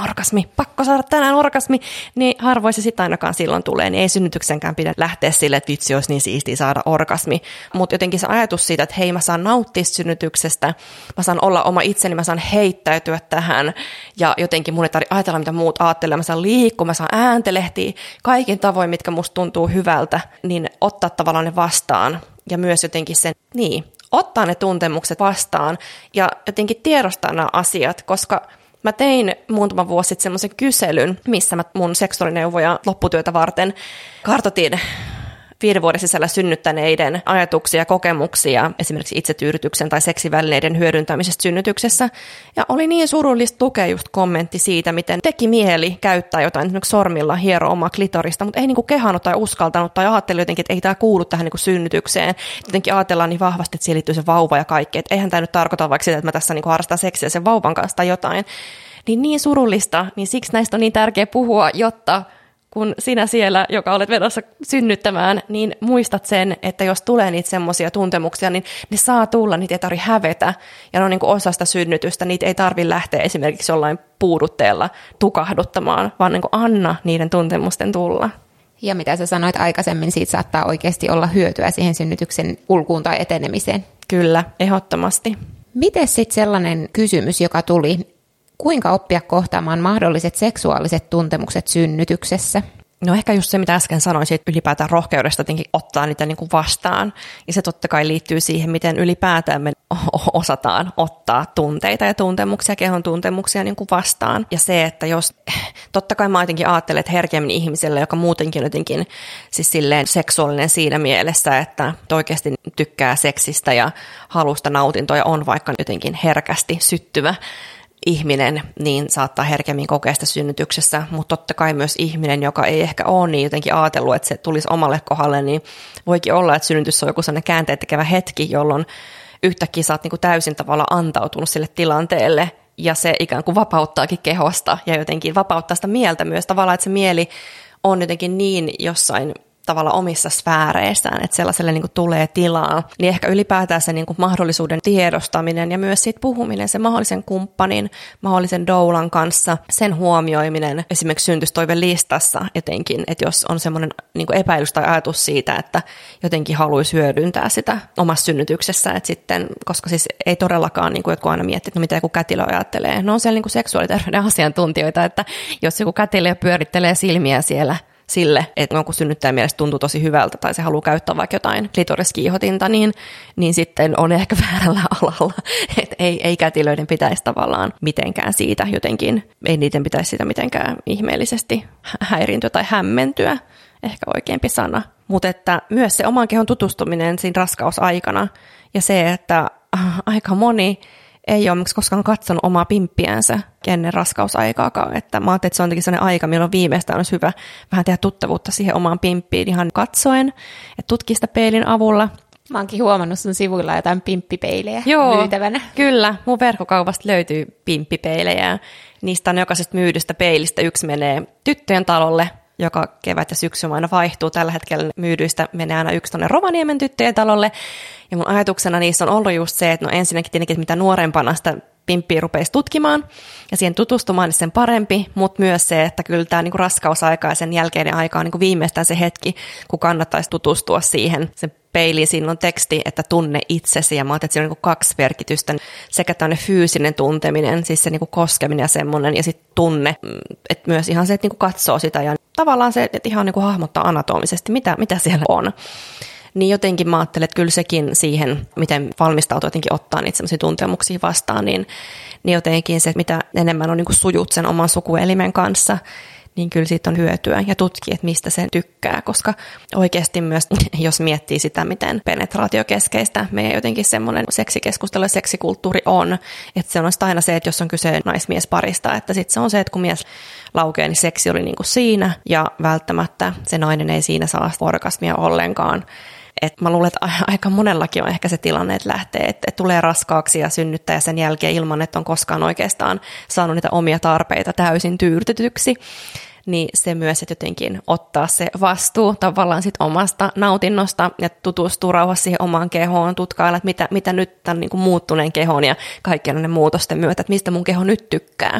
saada tänään orgasmi, niin harvoin se sitten ainakaan silloin tulee, niin ei synnytyksenkään pidä lähteä silleen, että vitsi, olisi niin siistiä saada orgasmi. Mutta jotenkin se ajatus siitä, että hei, mä saan nauttia synnytyksestä, mä saan olla oma itseni, mä saan heittäytyä tähän ja jotenkin mun ei tarvitse ajatella, mitä muut ajattelee, mä saan liikkua, mä saan ääntelehtiä, kaikin tavoin, mitkä musta tuntuu hyvältä, niin ottaa tavallaan ne vastaan ja myös jotenkin sen, ottaa ne tuntemukset vastaan ja jotenkin tiedostaa nämä asiat, koska mä tein muutama vuosi sitten semmoisen kyselyn, missä mä mun seksuaalineuvoja lopputyötä varten kartoitin 5 vuoden sisällä synnyttäneiden ajatuksia ja kokemuksia esimerkiksi itsetyydytyksen tai seksivälineiden hyödyntämisestä synnytyksessä. Ja oli niin surullista lukea just kommentti siitä, miten teki mieli käyttää jotain esimerkiksi sormilla hiero omaa klitorista, mutta ei niinku kehannut tai uskaltanut tai ajatteli jotenkin, että ei tämä kuulu tähän niinku synnytykseen. Jotenkin ajatellaan niin vahvasti, että siihen liittyy se vauva ja kaikki, että eihän tämä nyt tarkoita vaikka sitä, että mä tässä niinku harrastan seksiä sen vauvan kanssa tai jotain. Niin surullista, niin siksi näistä on niin tärkeää puhua, jotta kun sinä siellä, joka olet menossa synnyttämään, niin muistat sen, että jos tulee niitä semmoisia tuntemuksia, niin ne saa tulla, niitä ei tarvitse hävetä. Ja ne on niin kuin osa sitä synnytystä, niitä ei tarvitse lähteä esimerkiksi jollain puudutteella tukahduttamaan, vaan niin kuin anna niiden tuntemusten tulla. Ja mitä sä sanoit aikaisemmin, siitä saattaa oikeasti olla hyötyä siihen synnytyksen kulkuun tai etenemiseen. Kyllä, ehdottomasti. Miten sitten sellainen kysymys, joka tuli, kuinka oppia kohtaamaan mahdolliset seksuaaliset tuntemukset synnytyksessä? No ehkä just se, mitä äsken sanoin, siitä ylipäätään rohkeudesta jotenkin ottaa niitä niin kuin vastaan. Ja se totta kai liittyy siihen, miten ylipäätään me osataan ottaa tunteita ja tuntemuksia, kehon tuntemuksia niin kuin vastaan. Ja se, että jos, totta kai mä jotenkin ajattelen, että herkemmin ihmiselle, joka muutenkin jotenkin siis silleen seksuaalinen siinä mielessä, että oikeasti tykkää seksistä ja halusta nautintoja on vaikka jotenkin herkästi syttyvä ihminen, niin saattaa herkemmin kokea sitä synnytyksessä, mutta totta kai myös ihminen, joka ei ehkä ole niin jotenkin ajatellut, että se tulisi omalle kohdalle, niin voikin olla, että synnytys on joku sellainen käänteen tekevä hetki, jolloin yhtäkkiä sä oot niin kuin täysin tavallaan antautunut sille tilanteelle, ja se ikään kuin vapauttaakin kehosta, ja jotenkin vapauttaa sitä mieltä myös tavallaan, että se mieli on jotenkin niin jossain tavallaan omissa sfääreissään, että sellaiselle niin kuin tulee tilaa, niin ehkä ylipäätään se niin kuin mahdollisuuden tiedostaminen ja myös siitä puhuminen, sen mahdollisen kumppanin, mahdollisen doulan kanssa, sen huomioiminen esimerkiksi synnytystoivelistassa jotenkin, että jos on semmoinen niin kuin epäilys tai ajatus siitä, että jotenkin haluaisi hyödyntää sitä omassa synnytyksessä, että sitten, koska siis ei todellakaan, niin kuin jotkut aina miettii, että no mitä joku kätilö ajattelee, no on siellä niin kuin seksuaaliterveyden asiantuntijoita, että jos joku kätilö pyörittelee silmiä siellä sille, että jonkun synnyttäjän mielestä tuntuu tosi hyvältä tai se haluaa käyttää vaikka jotain klitoriskiihotinta, niin sitten on ehkä väärällä alalla. Että ei kätilöiden pitäisi tavallaan mitenkään siitä jotenkin, ei niiden pitäisi siitä mitenkään ihmeellisesti häiriintyä tai hämmentyä, ehkä oikeampi sana. Mutta että myös se oman kehon tutustuminen siinä raskausaikana ja se, että aika moni ei ole koskaan katsonut omaa pimppiänsä ennen raskausaikaakaan. Että mä ajattelin, että se on jotenkin sellainen aika, milloin viimeistään olisi hyvä vähän tehdä tuttavuutta siihen omaan pimppiin ihan katsoen, että tutkii sitä peilin avulla. Mä oonkin huomannut sun sivuilla jotain pimppipeilejä myytävänä. Kyllä, mun verkkokaupasta löytyy pimppipeilejä. Niistä on jokaisesta myydystä peilistä yksi menee tyttöjen talolle, joka kevät ja syksy aina vaihtuu. Tällä hetkellä myydyistä menee aina yksi tuonne Rovaniemen tyttöjen talolle. Ja mun ajatuksena niissä on ollut just se, että no ensinnäkin tietenkin, mitä nuorempana sitä pimppiä rupeisi tutkimaan ja siihen tutustumaan, niin sen parempi, mutta myös se, että kyllä tämä niinku raskausaika ja sen jälkeinen aika on niinku viimeistään se hetki, kun kannattaisi tutustua siihen. Sen peiliin siinä on teksti, että tunne itsesi, ja mä ajattelin, että siinä on niinku 2 merkitystä, sekä tämmöinen fyysinen tunteminen, siis se niinku koskeminen ja semmoinen, ja sitten tunne, että myös ihan se, että niinku katsoo sitä, ja tavallaan se, että ihan niinku hahmottaa anatomisesti, mitä siellä on. Niin jotenkin mä ajattelen, että kyllä sekin siihen, miten valmistautuu jotenkin ottaa niitä sellaisia tuntemuksia vastaan, niin jotenkin se, mitä enemmän on niin kuin sujut sen oman sukuelimen kanssa, niin kyllä siitä on hyötyä ja tutkii, että mistä sen tykkää, koska oikeasti myös, jos miettii sitä, miten penetraatiokeskeistä meidän jotenkin semmoinen seksikeskustelu ja seksikulttuuri on, että se on aina se, että jos on kyse naismiesparista, että sitten se on se, että kun mies laukee, niin seksi oli niin kuin siinä ja välttämättä se nainen ei siinä saa orgasmia ollenkaan. Et mä luulen, että aika monellakin on ehkä se tilanne, että lähtee, että tulee raskaaksi ja synnyttää sen jälkeen ilman, että on koskaan oikeastaan saanut niitä omia tarpeita täysin tyydytetyksi. Niin se myös, että jotenkin ottaa se vastuu tavallaan sit omasta nautinnosta ja tutustuu rauhassa siihen omaan kehoon, tutkailla, että mitä nyt tämän niin kuin muuttuneen kehon ja kaikkien näiden muutosten myötä, että mistä mun keho nyt tykkää.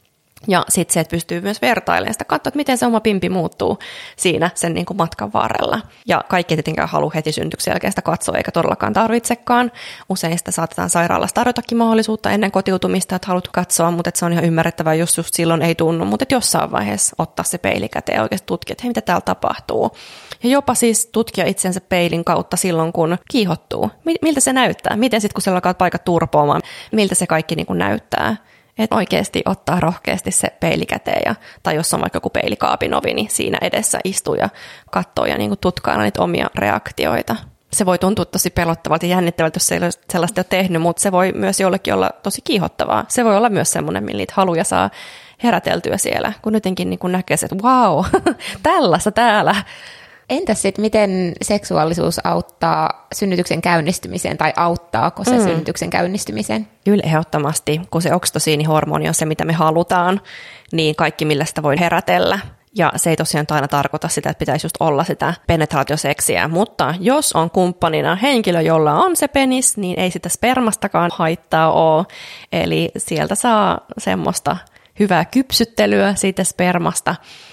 Ja sitten se, että pystyy myös vertailemaan sitä, katsoa, että miten se oma pimpi muuttuu siinä sen niin kuin matkan varrella. Ja kaikki tietenkään halua heti synnytyksen jälkeen sitä katsoa, eikä todellakaan tarvitsekaan. Usein sitä saatetaan sairaalassa tarjotakin mahdollisuutta ennen kotiutumista, että haluat katsoa, mutta se on ihan ymmärrettävää, jos just silloin ei tunnu. Mutta jossain vaiheessa ottaa se peili käteen ja oikeasti tutkia, että hei, mitä täällä tapahtuu. Ja jopa siis tutkia itsensä peilin kautta silloin, kun kiihottuu. Miltä se näyttää? Miten sitten, kun siellä alkaa paikat turpoamaan, miltä se kaikki niin kuin näyttää? Että oikeasti ottaa rohkeasti se peili käteen, tai jos on vaikka joku peilikaapin ovi, niin siinä edessä istuu ja katsoo ja niin kuin tutkailla niitä omia reaktioita. Se voi tuntua tosi pelottavalta ja jännittävältä, jos ei ole sellaista jo tehnyt, mutta se voi myös jollekin olla tosi kiihottavaa. Se voi olla myös semmoinen, millä niitä haluja saa heräteltyä siellä, kun jotenkin niin kuin näkee, että vau, tällaista täällä. Entäs sitten, miten seksuaalisuus auttaa synnytyksen käynnistymiseen, tai auttaako se synnytyksen käynnistymiseen? Kyllä ehdottomasti, kun se oksitosiinihormoni on se, mitä me halutaan, niin kaikki millä sitä voi herätellä. Ja se ei tosiaan aina tarkoita sitä, että pitäisi just olla sitä penetraatioseksiä, mutta jos on kumppanina henkilö, jolla on se penis, niin ei sitä spermastakaan haittaa ole. Eli sieltä saa semmoista hyvää kypsyttelyä siitä spermasta.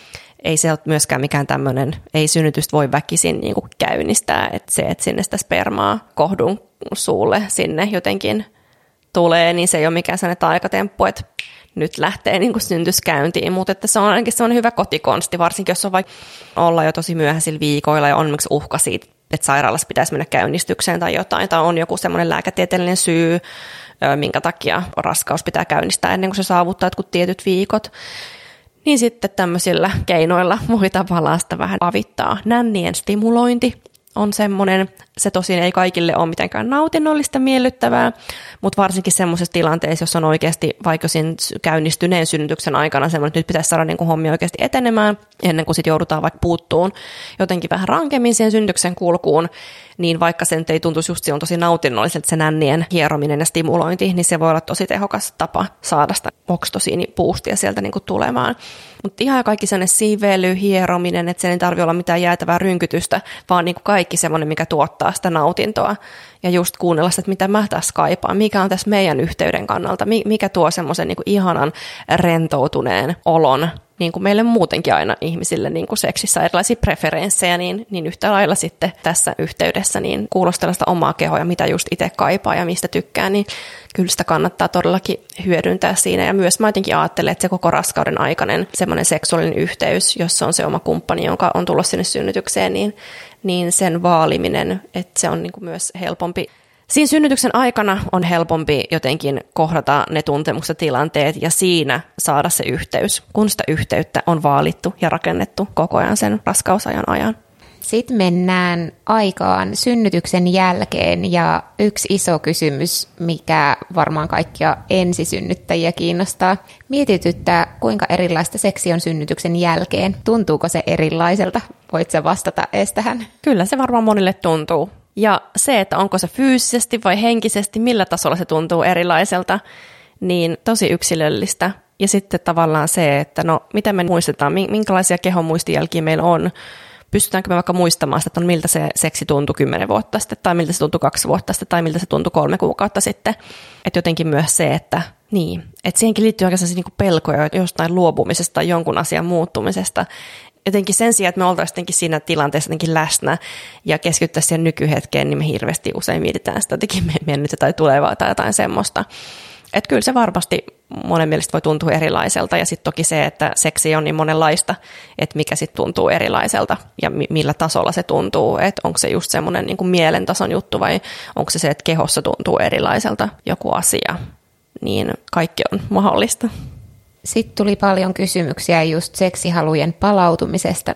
Ei se ole myöskään mikään tämmöinen, ei synnytystä voi väkisin niin kuin käynnistää, että se, että sinne sitä spermaa kohdun suulle sinne jotenkin tulee, niin se ei ole mikään sellainen taikatemppu, että nyt lähtee niin kuin synnytys käyntiin, mutta että se on ainakin sellainen hyvä kotikonsti, varsinkin jos on vaikka olla jo tosi myöhäisillä viikoilla ja on miksi uhka siitä, että sairaalassa pitäisi mennä käynnistykseen tai jotain, tai on joku semmoinen lääketieteellinen syy, minkä takia raskaus pitää käynnistää ennen kuin se saavuttaa jotkut tietyt viikot. Niin sitten tämmöisillä keinoilla voi tavallaan sitä vähän avittaa. Nännien stimulointi on semmoinen, se tosin ei kaikille ole mitenkään nautinnollista miellyttävää, mutta varsinkin semmoisessa tilanteessa, jos on oikeasti vaikka siinä käynnistyneen synnytyksen aikana semmoinen, että nyt pitäisi saada niin kuin hommia oikeasti etenemään, ennen kuin sitten joudutaan vaikka puuttuun jotenkin vähän rankemmin siihen synnytyksen kulkuun, niin vaikka se nyt ei tuntuisi just silloin tosi nautinnolliselta se nännien hierominen ja stimulointi, niin se voi olla tosi tehokas tapa saada sitä oksitosiinipuustia sieltä niin kuin tulemaan. Mutta ihan kaikki sellainen siively, hierominen, että se ei tarvitse olla mitään jäätävää rynkytystä, vaan niin kuin kaikki semmoinen, mikä tuottaa sitä nautintoa. Ja just kuunnella sitä, että mitä mä tässä kaipaan, mikä on tässä meidän yhteyden kannalta, mikä tuo semmoisen niin kuin ihanan rentoutuneen olon, niin kuin meille muutenkin aina ihmisille niin kuin seksissä erilaisia preferenssejä, niin yhtä lailla sitten tässä yhteydessä niin kuulostella sitä omaa kehoa ja mitä just itse kaipaa ja mistä tykkää, niin kyllä sitä kannattaa todellakin hyödyntää siinä. Ja myös mä jotenkin ajattelen, että se koko raskauden aikainen semmoinen seksuaalinen yhteys, jossa on se oma kumppani, jonka on tullut sinne synnytykseen, niin sen vaaliminen, että se on niin kuin myös helpompi. Siinä synnytyksen aikana on helpompi jotenkin kohdata ne tuntemukset, tilanteet ja siinä saada se yhteys, kun sitä yhteyttä on vaalittu ja rakennettu koko ajan sen raskausajan ajan. Sitten mennään aikaan synnytyksen jälkeen ja yksi iso kysymys, mikä varmaan kaikkia ensisynnyttäjiä kiinnostaa, mietityttää, kuinka erilaista seksi on synnytyksen jälkeen. Tuntuuko se erilaiselta? Voit sä vastata ees tähän? Kyllä se varmaan monille tuntuu. Ja se, että onko se fyysisesti vai henkisesti, millä tasolla se tuntuu erilaiselta, niin tosi yksilöllistä. Ja sitten tavallaan se, että no mitä me muistetaan, minkälaisia kehon muistijälkiä meillä on, pystytäänkö me vaikka muistamaan sitä, että miltä se seksi tuntui 10 vuotta sitten, tai miltä se tuntui 2 vuotta sitten, tai miltä se tuntui 3 kuukautta sitten. Että jotenkin myös se, että siihenkin liittyy aika sellaisia niin pelkoja jostain luopumisesta tai jonkun asian muuttumisesta. Jotenkin sen sijaan, että me oltaisiin jotenkin siinä tilanteessa jotenkin läsnä ja keskittäisiin siihen nykyhetkeen, niin me hirveästi usein mietitään sitä jotenkin mennyttä tai tulevaa tai jotain semmoista. Että kyllä se varmasti monen mielestä voi tuntua erilaiselta ja sitten toki se, että seksi on niin monenlaista, että mikä sitten tuntuu erilaiselta ja millä tasolla se tuntuu. Että onko se just semmoinen niin kuin mielen tason juttu vai onko se, että kehossa tuntuu erilaiselta joku asia. Niin kaikki on mahdollista. Sitten tuli paljon kysymyksiä just seksihalujen palautumisesta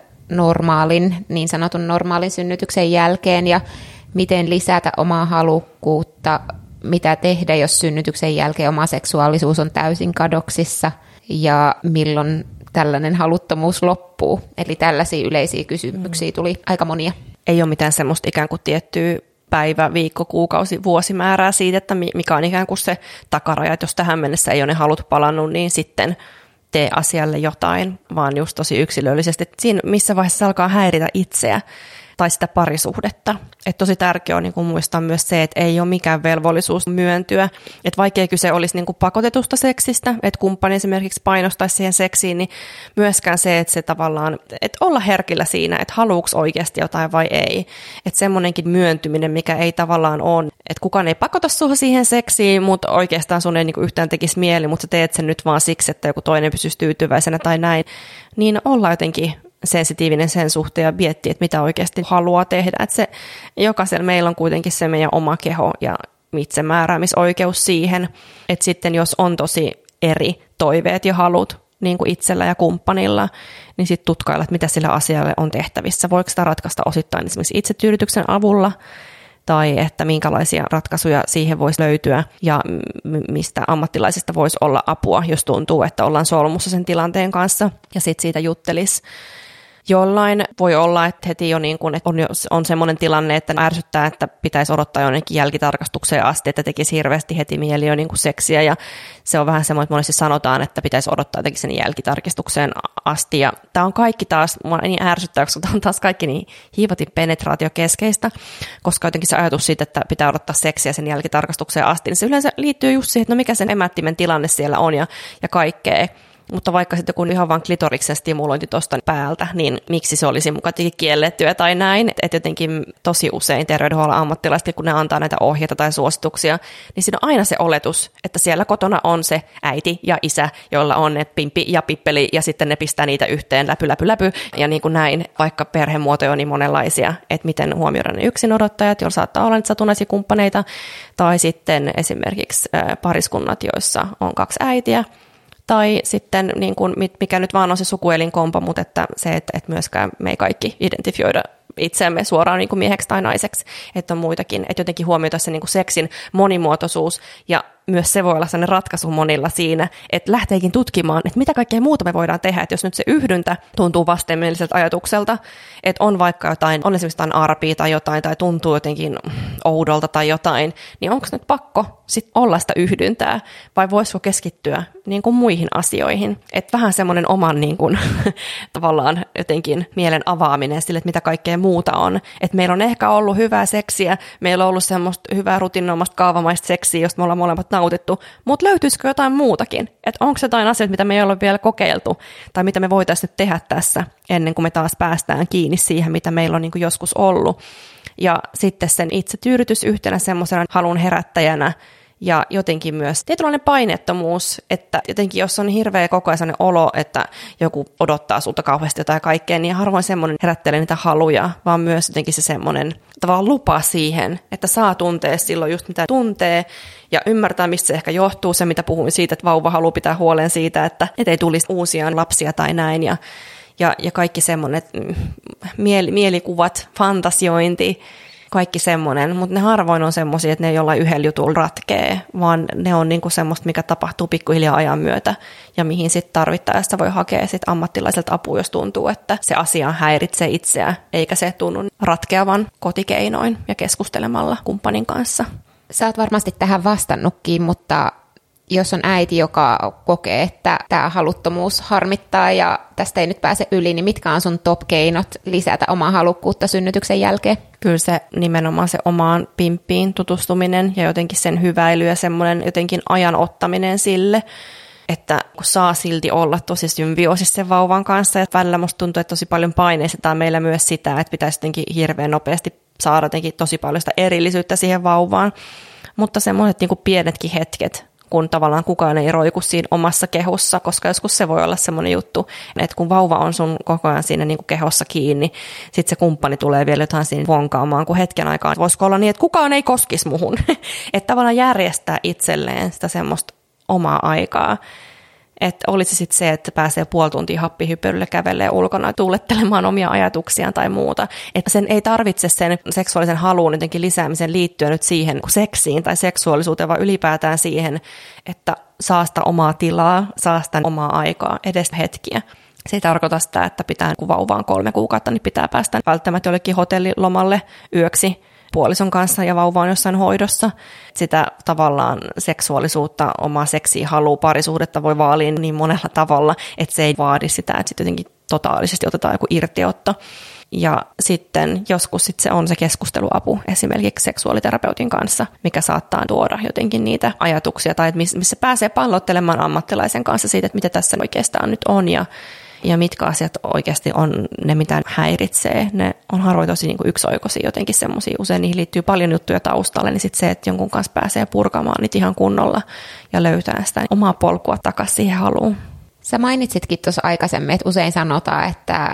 niin sanotun normaalin synnytyksen jälkeen ja miten lisätä omaa halukkuutta, mitä tehdä, jos synnytyksen jälkeen oma seksuaalisuus on täysin kadoksissa ja milloin tällainen haluttomuus loppuu. Eli tällaisia yleisiä kysymyksiä tuli aika monia. Ei ole mitään semmoista ikään kuin tiettyä päivä, viikko, kuukausi, vuosimäärää siitä, että mikä on ikään kuin se takaraja, että jos tähän mennessä ei ole ne halut palannut, niin sitten tee asialle jotain, vaan just tosi yksilöllisesti, että siinä missä vaiheessa se alkaa häiritä itseä tai sitä parisuhdetta. Että tosi tärkeää on niin kuin muistaa myös se, että ei ole mikään velvollisuus myöntyä. Että vaikea kyse olisi niin kuin pakotetusta seksistä, että kumppani esimerkiksi painostaisi siihen seksiin, niin myöskään se, että se tavallaan, että olla herkillä siinä, että haluuks oikeasti jotain vai ei. Että semmoinenkin myöntyminen, mikä ei tavallaan ole, että kukaan ei pakota sua siihen seksiin, mutta oikeastaan sun ei niin kuin yhtään tekisi mieli, mutta sä teet sen nyt vaan siksi, että joku toinen pysyisi tyytyväisenä tai näin, niin olla jotenkin sensitiivinen sen suhteen ja miettiä, että mitä oikeasti haluaa tehdä. Että se, jokaisella meillä on kuitenkin se meidän oma keho ja itsemääräämisoikeus siihen, että sitten jos on tosi eri toiveet ja halut niin kuin itsellä ja kumppanilla, niin sitten tutkailla, että mitä sille asialle on tehtävissä. Voiko sitä ratkaista osittain esimerkiksi itsetyydytyksen avulla, tai että minkälaisia ratkaisuja siihen voisi löytyä ja mistä ammattilaisista voisi olla apua, jos tuntuu, että ollaan solmussa sen tilanteen kanssa ja sitten siitä juttelisi. Jollain voi olla, että heti jo niin kuin, että on semmoinen tilanne, että ärsyttää, että pitäisi odottaa jonnekin jälkitarkastukseen asti, että tekisi hirveästi heti mieli jo niin kuin seksiä. Ja se on vähän semmoinen, että monesti sanotaan, että pitäisi odottaa jotenkin sen jälkitarkistukseen asti. Ja tämä on kaikki taas, mua niin ärsyttää, koska tämä on taas kaikki niin hiivatin penetraatiokeskeistä, koska jotenkin se ajatus siitä, että pitää odottaa seksiä sen jälkitarkastukseen asti, niin se yleensä liittyy just siihen, että no mikä sen emättimen tilanne siellä on ja kaikkea. Mutta vaikka sitten kun ihan vaan klitoriksen stimulointi tuosta päältä, niin miksi se olisi mukaan kiellettyä tai näin. Että jotenkin tosi usein terveydenhuollon ammattilaiset, kun ne antaa näitä ohjeita tai suosituksia, niin siinä on aina se oletus, että siellä kotona on se äiti ja isä, joilla on ne pimppi ja pippeli, ja sitten ne pistää niitä yhteen läpy. Ja niin kuin näin, vaikka perhemuotoja on niin monenlaisia, että miten huomioida ne yksinodottajat, joilla saattaa olla niitä satunnaisia kumppaneita, tai sitten esimerkiksi pariskunnat, joissa on 2 äitiä, tai sitten, niin kuin, mikä nyt vaan on se sukuelinkompo, mutta että se, että myöskään me ei kaikki identifioida itseämme suoraan niin kuin mieheksi tai naiseksi, että on muitakin, että jotenkin huomioida se niin kuin seksin monimuotoisuus, ja myös se voi olla sellainen ratkaisu monilla siinä, että lähteekin tutkimaan, että mitä kaikkea muuta me voidaan tehdä, että jos nyt se yhdyntä tuntuu vastenmieliseltä ajatukselta, että on vaikka jotain, on esimerkiksi jotain arpia tai jotain, tai tuntuu jotenkin oudolta tai jotain, niin onko nyt pakko sit olla sitä yhdyntää, vai voisiko keskittyä niin kuin muihin asioihin, että vähän semmoinen oman niin kuin, tavallaan jotenkin mielen avaaminen sille, että mitä kaikkea muuta on, että meillä on ehkä ollut hyvää seksiä, meillä on ollut semmoista hyvää rutinoimasta kaavamaista seksiä, josta me ollaan molemmat nautittu, mutta löytyisikö jotain muutakin? Että onko jotain asioita, mitä me ei ole vielä kokeiltu, tai mitä me voitaisiin nyt tehdä tässä, ennen kuin me taas päästään kiinni siihen, mitä meillä on niin kuin joskus ollut. Ja sitten sen itsetyydytys yhtenä semmoisena halun herättäjänä, ja jotenkin myös tietynlainen painettomuus, että jotenkin jos on hirveä koko ajan sellainen olo, että joku odottaa sulta kauheasti jotain kaikkea, niin harvoin semmoinen herättelee niitä haluja, vaan myös jotenkin se semmoinen tavallaan lupa siihen, että saa tuntea silloin just mitä tuntee ja ymmärtää, mistä se ehkä johtuu, se mitä puhuin siitä, että vauva haluaa pitää huolen siitä, että ei tulisi uusia lapsia tai näin ja kaikki semmoinen mielikuvat, fantasiointi, kaikki semmoinen, mutta ne harvoin on semmoisia, että ne jollain yhdellä jutulla ratkee, vaan ne on niinku semmoista, mikä tapahtuu pikkuhiljaa ajan myötä ja mihin sitten tarvittaessa voi hakea sit ammattilaiselta apua, jos tuntuu, että se asia häiritsee itseä, eikä se tunnu ratkeavan kotikeinoin ja keskustelemalla kumppanin kanssa. Sä oot varmasti tähän vastannutkin, mutta jos on äiti, joka kokee, että tämä haluttomuus harmittaa ja tästä ei nyt pääse yli, niin mitkä on sun top-keinot lisätä omaa halukkuutta synnytyksen jälkeen? Kyllä se nimenomaan se omaan pimppiin tutustuminen ja jotenkin sen hyväily ja semmoinen jotenkin ajan ottaminen sille, että kun saa silti olla tosi symbioosissa sen vauvan kanssa. Ja välillä musta tuntuu, että tosi paljon paineistetaan meillä myös sitä, että pitäisi jotenkin hirveän nopeasti saada jotenkin tosi paljon sitä erillisyyttä siihen vauvaan. Mutta semmoiset niin kuin pienetkin hetket, kun tavallaan kukaan ei roiku siinä omassa kehossa, koska joskus se voi olla semmoinen juttu, että kun vauva on sun koko ajan siinä niin kuin kehossa kiinni, sitten se kumppani tulee vielä jotain siinä vonkaamaan, kun hetken aikaa voisiko olla niin, että kukaan ei koskisi muhun. Että tavallaan järjestää itselleen sitä semmoista omaa aikaa. Että olisi sitten se, että pääsee puoli tuntia happihyppelylle kävelee ulkona tuulettelemaan omia ajatuksiaan tai muuta. Että sen ei tarvitse sen seksuaalisen haluun jotenkin lisäämisen liittyä nyt siihen seksiin tai seksuaalisuuteen, vaan ylipäätään siihen, että saa sitä omaa tilaa, saa sitä omaa aikaa, edes hetkiä. Se ei tarkoita sitä, että pitää, kun vauva on 3 kuukautta, niin pitää päästä välttämättä jollekin hotellilomalle yöksi puolison kanssa ja vauva on jossain hoidossa. Sitä tavallaan seksuaalisuutta, omaa seksiä, haluu, parisuhdetta voi vaalia niin monella tavalla, että se ei vaadi sitä, että sitten jotenkin totaalisesti otetaan joku irtiotto. Ja sitten joskus sit se on se keskusteluapu esimerkiksi seksuaaliterapeutin kanssa, mikä saattaa tuoda jotenkin niitä ajatuksia tai missä pääsee pallottelemaan ammattilaisen kanssa siitä, että mitä tässä oikeastaan nyt on ja mitkä asiat oikeasti on ne, mitä häiritsee. Ne on harvoin tosi niin kuin yksioikoisia jotenkin semmoisia. Usein niihin liittyy paljon juttuja taustalle, niin sitten se, että jonkun kanssa pääsee purkamaan niitä ihan kunnolla ja löytää sitä omaa polkua takaisin siihen haluun. Sä mainitsitkin tuossa aikaisemmin, että usein sanotaan, että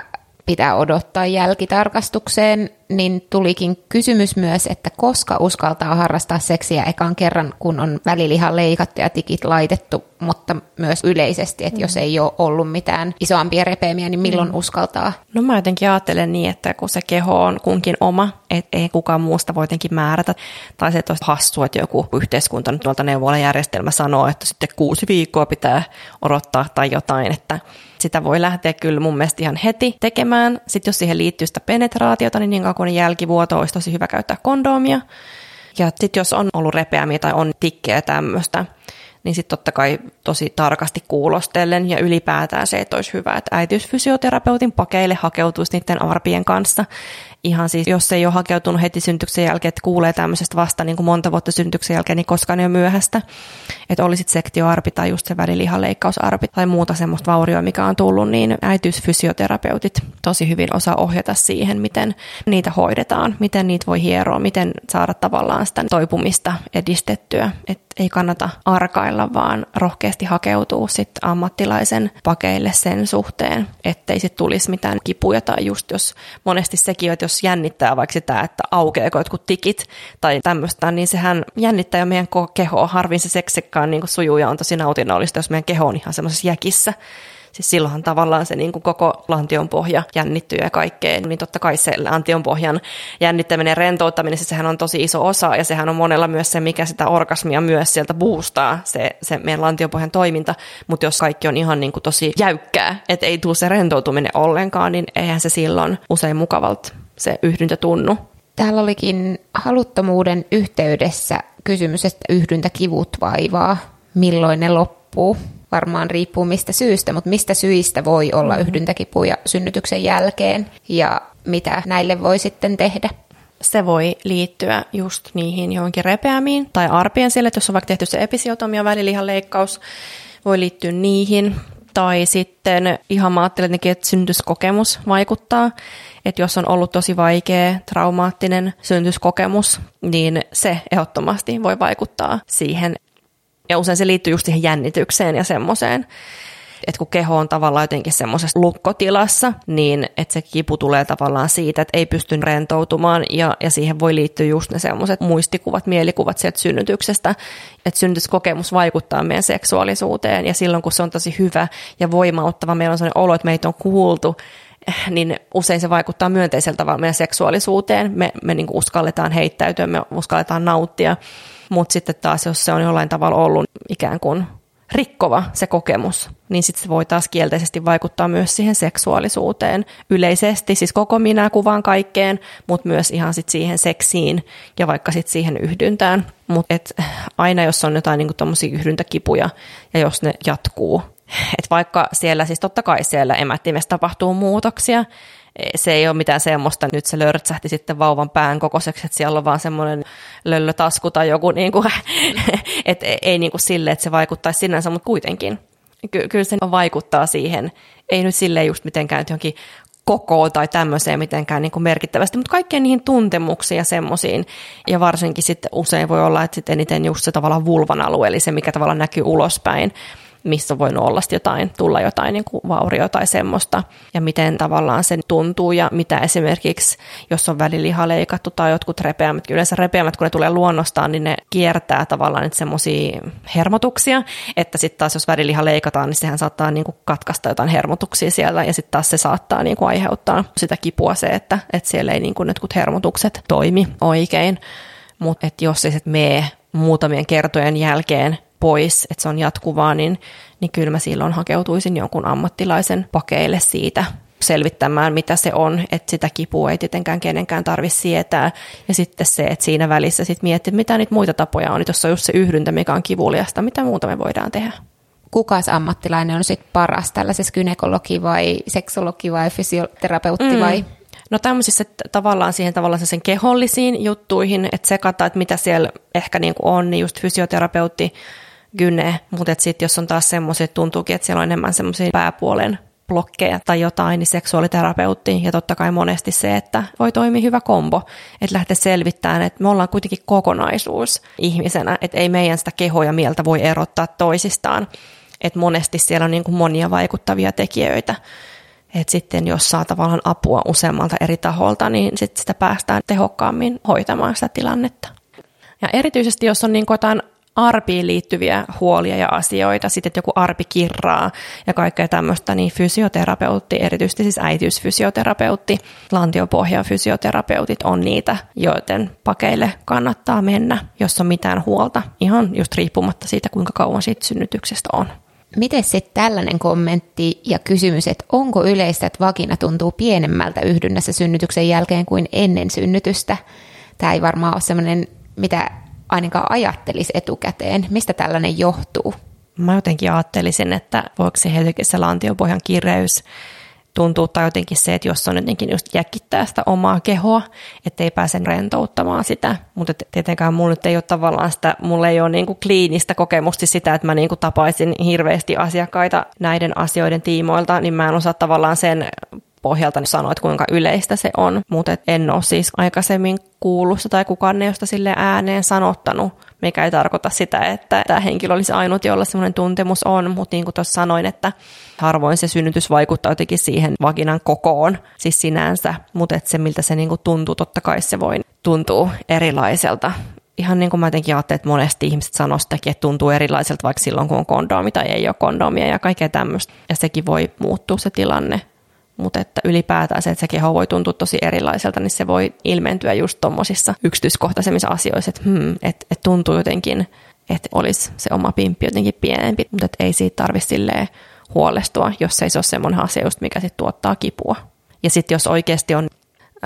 pitää odottaa jälkitarkastukseen, niin tulikin kysymys myös, että koska uskaltaa harrastaa seksiä ekan kerran, kun on väliliha leikattu ja tikit laitettu, mutta myös yleisesti, että jos ei ole ollut mitään isoampia repeämiä, niin milloin uskaltaa? No mä jotenkin ajattelen niin, että kun se keho on kunkin oma, että ei kukaan muusta voi jotenkin määrätä, tai se, että olisi hassua, että joku yhteiskunta nyt tuolta neuvolajärjestelmä sanoo, että sitten 6 viikkoa pitää odottaa tai jotain, että sitä voi lähteä kyllä mun mielestä ihan heti tekemään. Sitten jos siihen liittyy sitä penetraatiota, niin kauan kuin jälkivuoto olisi tosi hyvä käyttää kondomia. Ja sitten jos on ollut repeämiä tai on tikkejä tämmöistä, niin sitten totta kai tosi tarkasti kuulostellen ja ylipäätään se, että olisi hyvä, että äitiysfysioterapeutin pakeille hakeutuisi niiden arpien kanssa. Ihan siis, jos ei ole hakeutunut heti synnytyksen jälkeen, että kuulee tämmöisestä vasta niin kuin monta vuotta synnytyksen jälkeen, niin koskaan ei ole myöhäistä. Että olisit sektioarpi tai just se välilihanleikkausarpi tai muuta semmoista vaurioa, mikä on tullut, niin äitiysfysioterapeutit tosi hyvin osaa ohjata siihen, miten niitä hoidetaan, miten niitä voi hieroa, miten saada tavallaan sitä toipumista edistettyä. Että ei kannata arkailla, vaan rohkeasti hakeutuu sitten ammattilaisen pakeille sen suhteen, ettei sitten tulisi mitään kipuja tai just jos monesti sekin, että jos jännittää vaikka sitä, että aukeako jotkut tikit tai tämmöistä, niin sehän jännittää jo meidän kehoa. Harvin se seksikkaan niin sujuu ja on tosi nautinnollista, jos meidän keho on ihan semmoisessa jäkissä. Siis silloinhan tavallaan se niin kuin koko lantionpohja jännittyy ja kaikkea, niin totta kai se lantionpohjan jännittäminen ja rentouttaminen, sehän on tosi iso osa ja sehän on monella myös se, mikä sitä orgasmia myös sieltä boostaa, se meidän lantionpohjan toiminta, mutta jos kaikki on ihan niin kuin tosi jäykkää, että ei tule se rentoutuminen ollenkaan, niin eihän se silloin usein mukavalta se yhdyntä tunnu. Täällä olikin haluttomuuden yhteydessä kysymys, että yhdyntäkivut vaivaa, milloin ne loppuu. Varmaan riippuu mistä syystä, mutta mistä syistä voi olla yhdyntäkipuja synnytyksen jälkeen ja mitä näille voi sitten tehdä? Se voi liittyä just niihin johonkin repeämiin tai arpien siellä, että jos on vaikka tehty se episiotomia, välilihanleikkaus, voi liittyä niihin. Tai sitten ihan mä ajattelen, että synnytyskokemus vaikuttaa, että jos on ollut tosi vaikea, traumaattinen synnytyskokemus, niin se ehdottomasti voi vaikuttaa siihen. Ja usein se liittyy just siihen jännitykseen ja semmoiseen, että kun keho on tavallaan jotenkin semmoisessa lukkotilassa, niin että se kipu tulee tavallaan siitä, että ei pysty rentoutumaan ja siihen voi liittyä just ne semmoiset muistikuvat, mielikuvat sieltä synnytyksestä, että synnytyskokemus vaikuttaa meidän seksuaalisuuteen ja silloin kun se on tosi hyvä ja voimauttava, meillä on sellainen olo, että meitä on kuultu, niin usein se vaikuttaa myönteisellä tavalla meidän seksuaalisuuteen. Me niin kuin uskalletaan heittäytyä, me uskalletaan nauttia, mutta sitten taas, jos se on jollain tavalla ollut ikään kuin rikkova se kokemus, niin sitten se voi taas kielteisesti vaikuttaa myös siihen seksuaalisuuteen yleisesti, siis koko minäkuvaan kaikkeen, mutta myös ihan sitten siihen seksiin ja vaikka sitten siihen yhdyntään. Mutta aina jos on jotain niinku tommosia yhdyntäkipuja ja jos ne jatkuu, että vaikka siellä, siis totta kai siellä emättimessä tapahtuu muutoksia, se ei ole mitään semmoista, nyt se lörtsähti sitten vauvan pään kokoiseksi, että siellä on vaan semmoinen löllötasku tai joku, niinku, että ei niinku sille, että se vaikuttaisi sinänsä, mutta kuitenkin. Kyllä se vaikuttaa siihen, ei nyt silleen just mitenkään johonkin kokoon tai tämmöiseen mitenkään niinku merkittävästi, mutta kaikkeen niihin tuntemuksiin ja semmoisiin. Ja varsinkin sitten usein voi olla, että sitten eniten just se tavallaan vulvan alue, eli se mikä tavallaan näkyy ulospäin, missä on voinut olla tulla jotain niin kuin vaurio tai semmoista, ja miten tavallaan se tuntuu, ja mitä esimerkiksi, jos on väliliha leikattu tai jotkut repeämät, yleensä repeämät, kun ne tulee luonnostaan, niin ne kiertää tavallaan niitä semmoisia hermotuksia, että sitten taas jos väliliha leikataan, niin sehän saattaa niin kuin katkaista jotain hermotuksia siellä, ja sitten taas se saattaa niin kuin aiheuttaa sitä kipua se, että siellä ei niin kuin jotkut hermotukset toimi oikein, mutta jos ei se mene muutamien kertojen jälkeen pois, että se on jatkuvaa, niin kyllä mä silloin hakeutuisin jonkun ammattilaisen pakeille siitä selvittämään, mitä se on, että sitä kipua ei tietenkään kenenkään tarvitse sietää. Ja sitten se, että siinä välissä sitten miettii, mitä niitä muita tapoja on, jos on just se yhdyntä, mikä on kivuliasta, mitä muuta me voidaan tehdä. Kukas ammattilainen on sitten paras, tällaisessa gynekologi vai seksologi vai fysioterapeutti vai? No tämmöisissä tavallaan siihen tavallaan sen kehollisiin juttuihin, että sekata, että mitä siellä ehkä niin kuin on, niin just fysioterapeutti, gyne, mutta sitten jos on taas semmoisia, että tuntuukin, että siellä on enemmän semmoisia pääpuolen blokkeja tai jotain, niin seksuaaliterapeutti ja totta kai monesti se, että voi toimia hyvä kombo, että lähteä selvittämään, että me ollaan kuitenkin kokonaisuus ihmisenä, että ei meidän sitä kehoa ja mieltä voi erottaa toisistaan, että monesti siellä on niin kuin monia vaikuttavia tekijöitä. että sitten jos saa tavallaan apua useammalta eri taholta, niin sitten sitä päästään tehokkaammin hoitamaan sitä tilannetta. Ja erityisesti jos on niin jotain arpiin liittyviä huolia ja asioita, sitten että joku arpi kirraa ja kaikkea tämmöistä, niin fysioterapeutti, erityisesti siis äitiysfysioterapeutti, lantiopohjafysioterapeutit on niitä, joiden pakeille kannattaa mennä, jos on mitään huolta, ihan just riippumatta siitä, kuinka kauan siitä synnytyksestä on. Miten sitten tällainen kommentti ja kysymys, että onko yleistä, että vagina tuntuu pienemmältä yhdynnässä synnytyksen jälkeen kuin ennen synnytystä? Tämä ei varmaan ole sellainen, mitä ainakaan ajattelisi etukäteen. Mistä tällainen johtuu? Mä jotenkin ajattelisin, että voiko se lantiopohjan kireys tuntuu, tai jotenkin se, että jos on jotenkin just jäkittää sitä omaa kehoa, ettei pääse rentouttamaan sitä. Mutta tietenkään mulla nyt ei ole tavallaan sitä, mulla ei ole niinku kliinistä kokemusta sitä, että mä niinku tapaisin hirveästi asiakkaita näiden asioiden tiimoilta, niin mä en osaa tavallaan sen pohjalta sanoa, että kuinka yleistä se on. Mutta en ole siis aikaisemmin kuullut tai kukaan ei ole sitä sille ääneen sanottanut, mikä ei tarkoita sitä, että tämä henkilö olisi ainut, jolla semmoinen tuntemus on, mutta niin kuin tuossa sanoin, että harvoin se synnytys vaikuttaa jotenkin siihen vaginan kokoon, siis sinänsä, mutta että se miltä se niin kuin tuntuu, totta kai se voi tuntua erilaiselta. Ihan niin kuin mä jotenkin ajattelin, että monesti ihmiset sanoo sitäkin, että tuntuu erilaiselta vaikka silloin, kun on kondoomi tai ei ole kondoomia ja kaikkea tämmöistä, ja sekin voi muuttua se tilanne. Mutta että ylipäätään se, että se keho voi tuntua tosi erilaiselta, niin se voi ilmentyä just tommosissa yksityiskohtaisemmissa asioissa, että tuntuu jotenkin, että olisi se oma pimppi jotenkin pienempi, mutta ei siitä tarvitse silleen huolestua, jos ei se ole semmoinen asia just, mikä sitten tuottaa kipua. Ja sitten jos oikeasti on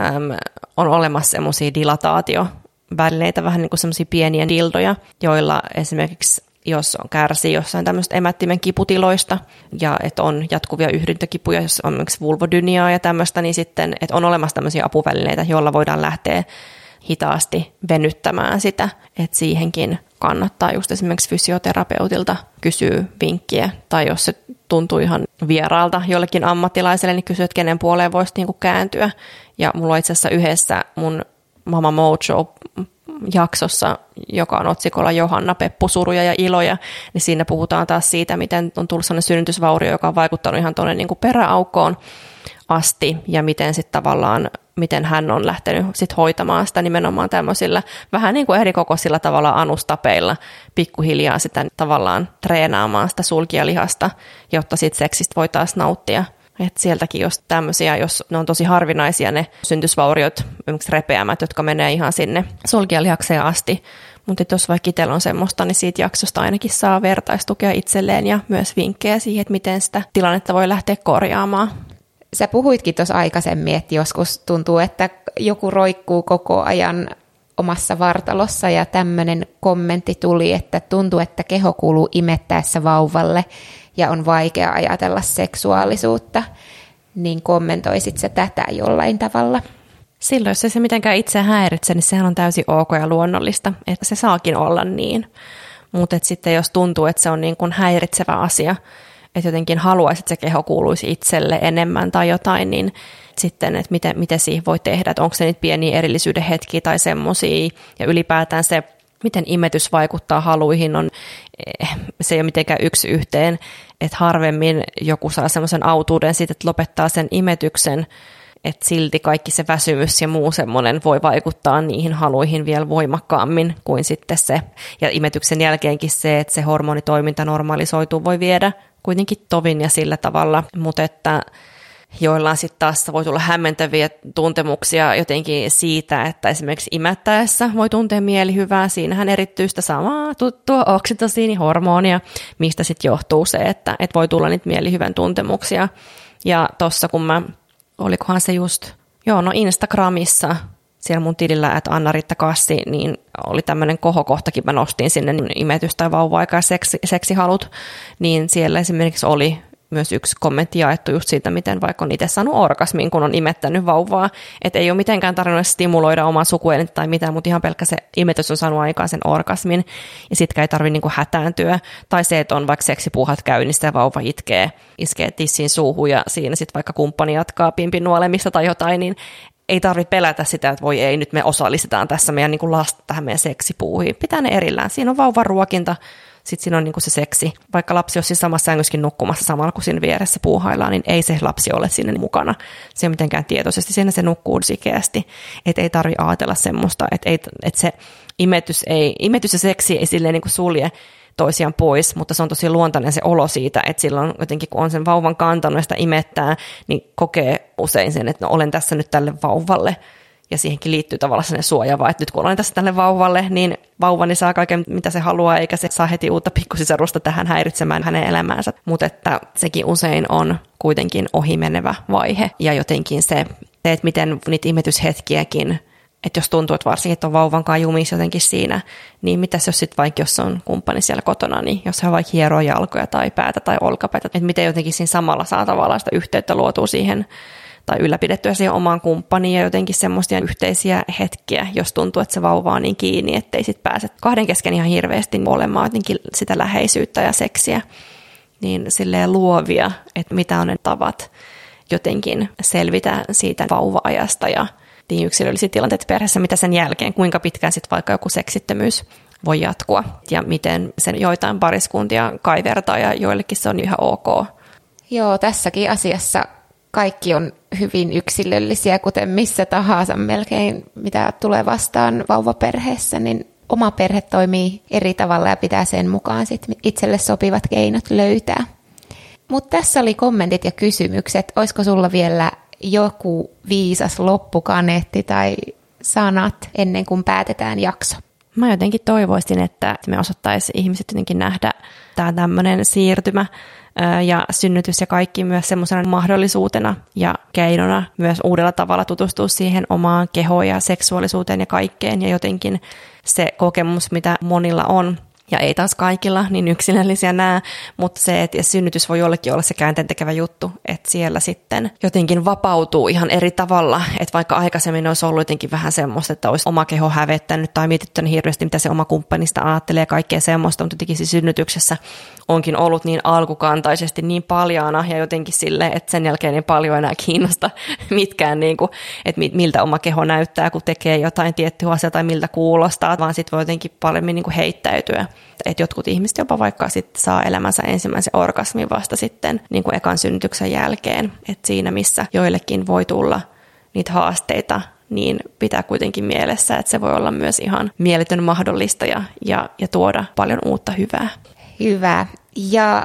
olemassa semmoisia dilataatiovälineitä, vähän niin kuin semmoisia pieniä dildoja, joilla esimerkiksi jos kärsii jossain tämmöistä emättimen kiputiloista ja että on jatkuvia yhdyntäkipuja, jos on esimerkiksi vulvodyniaa ja tämmöistä, niin sitten että on olemassa tämmöisiä apuvälineitä, joilla voidaan lähteä hitaasti venyttämään sitä, että siihenkin kannattaa just esimerkiksi fysioterapeutilta kysyä vinkkiä, tai jos se tuntuu ihan vieraalta jollekin ammattilaiselle, niin kysyä, että kenen puoleen voisi niinku kääntyä. Ja mulla on itse asiassa yhdessä mun Mama Mojo jaksossa, joka on otsikolla Johanna, Peppu, suruja ja iloja, niin siinä puhutaan taas siitä, miten on tullut sellainen synnytysvaurio, joka on vaikuttanut ihan tuonne niin kuin peräaukkoon asti, ja miten sitten tavallaan, miten hän on lähtenyt sit hoitamaan sitä nimenomaan tämmöisillä vähän niin kuin erikokoisilla tavalla anustapeilla, pikkuhiljaa sitä tavallaan treenaamaan sitä sulkijalihasta, jotta sitten seksistä voi taas nauttia. Että sieltäkin jos tämmöisiä, jos ne on tosi harvinaisia ne syntysvauriot, esimerkiksi repeämät, jotka menee ihan sinne sulkijalihakseen asti. Mutta jos vaikka itsellä on semmoista, niin siitä jaksosta ainakin saa vertaistukea itselleen ja myös vinkkejä siihen, että miten sitä tilannetta voi lähteä korjaamaan. Sä puhuitkin tuossa aikaisemmin, että joskus tuntuu, että joku roikkuu koko ajan omassa vartalossa ja tämmöinen kommentti tuli, että tuntuu, että keho kuuluu imettäessä vauvalle ja on vaikea ajatella seksuaalisuutta, niin kommentoisit sä tätä jollain tavalla? Silloin, jos ei se mitenkään itse häiritse, niin sehän on täysin ok ja luonnollista, että se saakin olla niin. Mutta sitten jos tuntuu, että se on niin kuin häiritsevä asia, että jotenkin haluaisi, että se keho kuuluisi itselle enemmän tai jotain, niin sitten, että miten siihen voi tehdä, että onko se niitä pieniä erillisyyden hetkiä tai semmoisia, ja ylipäätään se, miten imetys vaikuttaa haluihin, se ei ole mitenkään yksi yhteen, että harvemmin joku saa semmoisen autuuden siitä, että lopettaa sen imetyksen, että silti kaikki se väsymys ja muu semmoinen voi vaikuttaa niihin haluihin vielä voimakkaammin kuin sitten se. Ja imetyksen jälkeenkin se, että se hormonitoiminta normalisoituu, voi viedä kuitenkin tovin ja sillä tavalla, mutta että joillain sitten taas voi tulla hämmentäviä tuntemuksia jotenkin siitä, että esimerkiksi imättäessä voi tuntea mielihyvää. Siinähän erityistä samaa tuttua oksitosiinihormonia, mistä sitten johtuu se, että voi tulla niitä mielihyvän tuntemuksia. Ja tossa kun olikohan se just, Instagramissa, siellä mun tilillä, että Anna-Riitta Kassi, niin oli tämmöinen kohokohtakin, mä nostin sinne imetys- tai vauva-aika ja seksihalut, niin siellä esimerkiksi oli myös yksi kommentti jaettu just siitä, miten vaikka on itse saanut orgasmin, kun on imettänyt vauvaa, että ei ole mitenkään tarvinnut stimuloida omaa sukuelintä tai mitään, mutta ihan pelkkä se imetys on saanut aikaan sen orgasmin, ja sitkään ei tarvitse niinku hätääntyä, tai se, että on vaikka seksipuuhat käynnissä ja vauva iskee tissin suuhun, ja siinä sitten vaikka kumppani jatkaa pimpin nuolemista tai jotain, niin ei tarvitse pelätä sitä, että voi ei, nyt me osallistetaan tässä meidän niin kuin lasta tähän meidän seksipuuhiin. Pitää ne erillään. Siinä on vauvan ruokinta, sitten siinä on niin kuin se seksi. Vaikka lapsi olisi samassa sängyssäkin nukkumassa samalla, kun siinä vieressä puuhaillaan, niin ei se lapsi ole siinä mukana. Se ei mitenkään tietoisesti, siinä se nukkuu sikeästi. Että ei tarvitse ajatella semmoista, että se imetys ja seksi ei silleen niin kuin sulje toisiaan pois, mutta se on tosi luontainen se olo siitä, että silloin jotenkin kun on sen vauvan kantanut ja sitä imettää, niin kokee usein sen, että no olen tässä nyt tälle vauvalle. Ja siihenkin liittyy tavallaan sellainen suojaava, että nyt kun olen tässä tälle vauvalle, niin vauvani saa kaiken, mitä se haluaa, eikä se saa heti uutta pikkusisarusta tähän häiritsemään hänen elämäänsä. Mutta että sekin usein on kuitenkin ohimenevä vaihe. Ja jotenkin se, että miten niitä imetyshetkiäkin, että jos tuntuu, että varsinkin että on vauvan kajumis jotenkin siinä, niin mitäs jos sitten vaikka jos on kumppani siellä kotona, niin jos hän vaikka hieroo jalkoja tai päätä tai olkapäätä, että miten jotenkin siinä samalla saa tavallaan sitä yhteyttä luotua siihen tai ylläpidettyä siihen omaan kumppaniin ja jotenkin semmoisia yhteisiä hetkiä, jos tuntuu, että se vauva on niin kiinni, ettei sitten pääse kahden kesken ihan hirveästi olemaan jotenkin sitä läheisyyttä ja seksiä, niin silleen luovia, että mitä on ne tavat jotenkin selvitä siitä vauva-ajasta ja niin yksilöllisiä tilanteita perheessä, mitä sen jälkeen, kuinka pitkään sitten vaikka joku seksittömyys voi jatkua ja miten sen joitain pariskuntia kaivertaa ja joillekin se on ihan ok. Joo, tässäkin asiassa kaikki on hyvin yksilöllisiä, kuten missä tahansa melkein, mitä tulee vastaan vauvaperheessä, niin oma perhe toimii eri tavalla ja pitää sen mukaan sit itselle sopivat keinot löytää. Mutta tässä oli kommentit ja kysymykset. Olisiko sulla vielä joku viisas loppukaneetti tai sanat ennen kuin päätetään jakso? Mä jotenkin toivoisin, että me osattaisiin ihmiset jotenkin nähdä tämä tämmöinen siirtymä ja synnytys ja kaikki myös semmoisena mahdollisuutena ja keinona myös uudella tavalla tutustua siihen omaan kehoon ja seksuaalisuuteen ja kaikkeen ja jotenkin se kokemus, mitä monilla on. Ja ei taas kaikilla niin yksilöllisiä nämä, mutta se, että synnytys voi jollekin olla se käänteentekevä juttu, että siellä sitten jotenkin vapautuu ihan eri tavalla, että vaikka aikaisemmin olisi ollut jotenkin vähän semmoista, että olisi oma keho hävettänyt tai mietitty hirveästi, mitä se oma kumppanista ajattelee ja kaikkea semmoista, mutta jotenkin synnytyksessä onkin ollut niin alkukantaisesti niin paljaana ja jotenkin silleen, että sen jälkeen ei paljon enää kiinnosta mitkään, niin kuin, että miltä oma keho näyttää, kun tekee jotain tiettyä asiaa tai miltä kuulostaa, vaan sitten voi jotenkin paremmin niin kuin heittäytyä. Että jotkut ihmiset jopa vaikka sitten saa elämänsä ensimmäisen orgasmin vasta sitten niin kuin ekan synnytyksen jälkeen. Että siinä missä joillekin voi tulla niitä haasteita, niin pitää kuitenkin mielessä, että se voi olla myös ihan mieletön mahdollista ja tuoda paljon uutta hyvää. Hyvä. Ja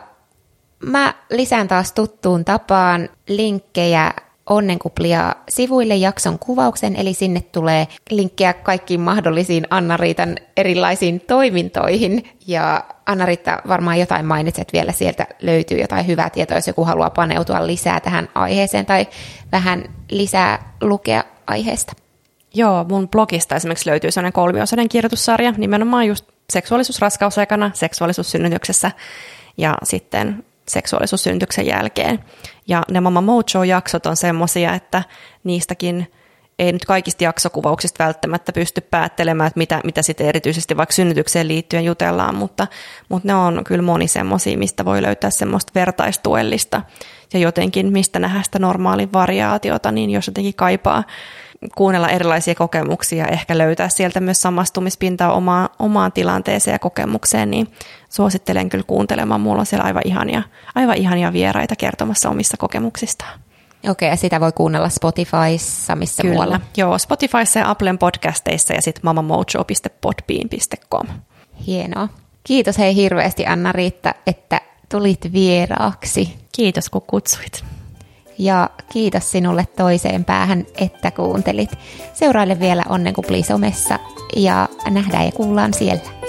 mä lisään taas tuttuun tapaan linkkejä Onnenkuplia sivuille jakson kuvauksen, eli sinne tulee linkkejä kaikkiin mahdollisiin Anna-Riitan erilaisiin toimintoihin. Ja Anna-Riitta, varmaan jotain mainitset vielä, sieltä löytyy jotain hyvää tietoa, jos joku haluaa paneutua lisää tähän aiheeseen tai vähän lisää lukea aiheesta. Joo, mun blogista esimerkiksi löytyy sellainen 3-osainen kirjoitussarja, nimenomaan just seksuaalisuus raskausaikana, seksuaalisuus synnytyksessä ja sitten seksuaalisuus synnytyksen jälkeen. Ja ne Mama Mojo-jaksot on semmoisia, että niistäkin ei nyt kaikista jaksokuvauksista välttämättä pysty päättelemään, että mitä sitten erityisesti vaikka synnytykseen liittyen jutellaan, mutta ne on kyllä moni semmoisia, mistä voi löytää semmoista vertaistuellista ja jotenkin mistä nähdä sitä normaalin variaatiota, niin jos jotenkin kaipaa kuunnella erilaisia kokemuksia ja ehkä löytää sieltä myös samastumispintaa omaan tilanteeseen ja kokemukseen, niin suosittelen kyllä kuuntelemaan. Mulla on siellä aivan ihania vieraita kertomassa omista kokemuksistaan. Okei, ja sitä voi kuunnella Spotifyssa, missä kyllä. muualla? Joo, Spotifyssa ja Applen podcasteissa ja sitten mamamojo.podbean.com. Hienoa. Kiitos hei hirveästi Anna-Riitta, että tulit vieraaksi. Kiitos kun kutsuit. Ja kiitos sinulle toiseen päähän, että kuuntelit. Seuraile vielä Onnenkupli somessa ja nähdään ja kuullaan siellä.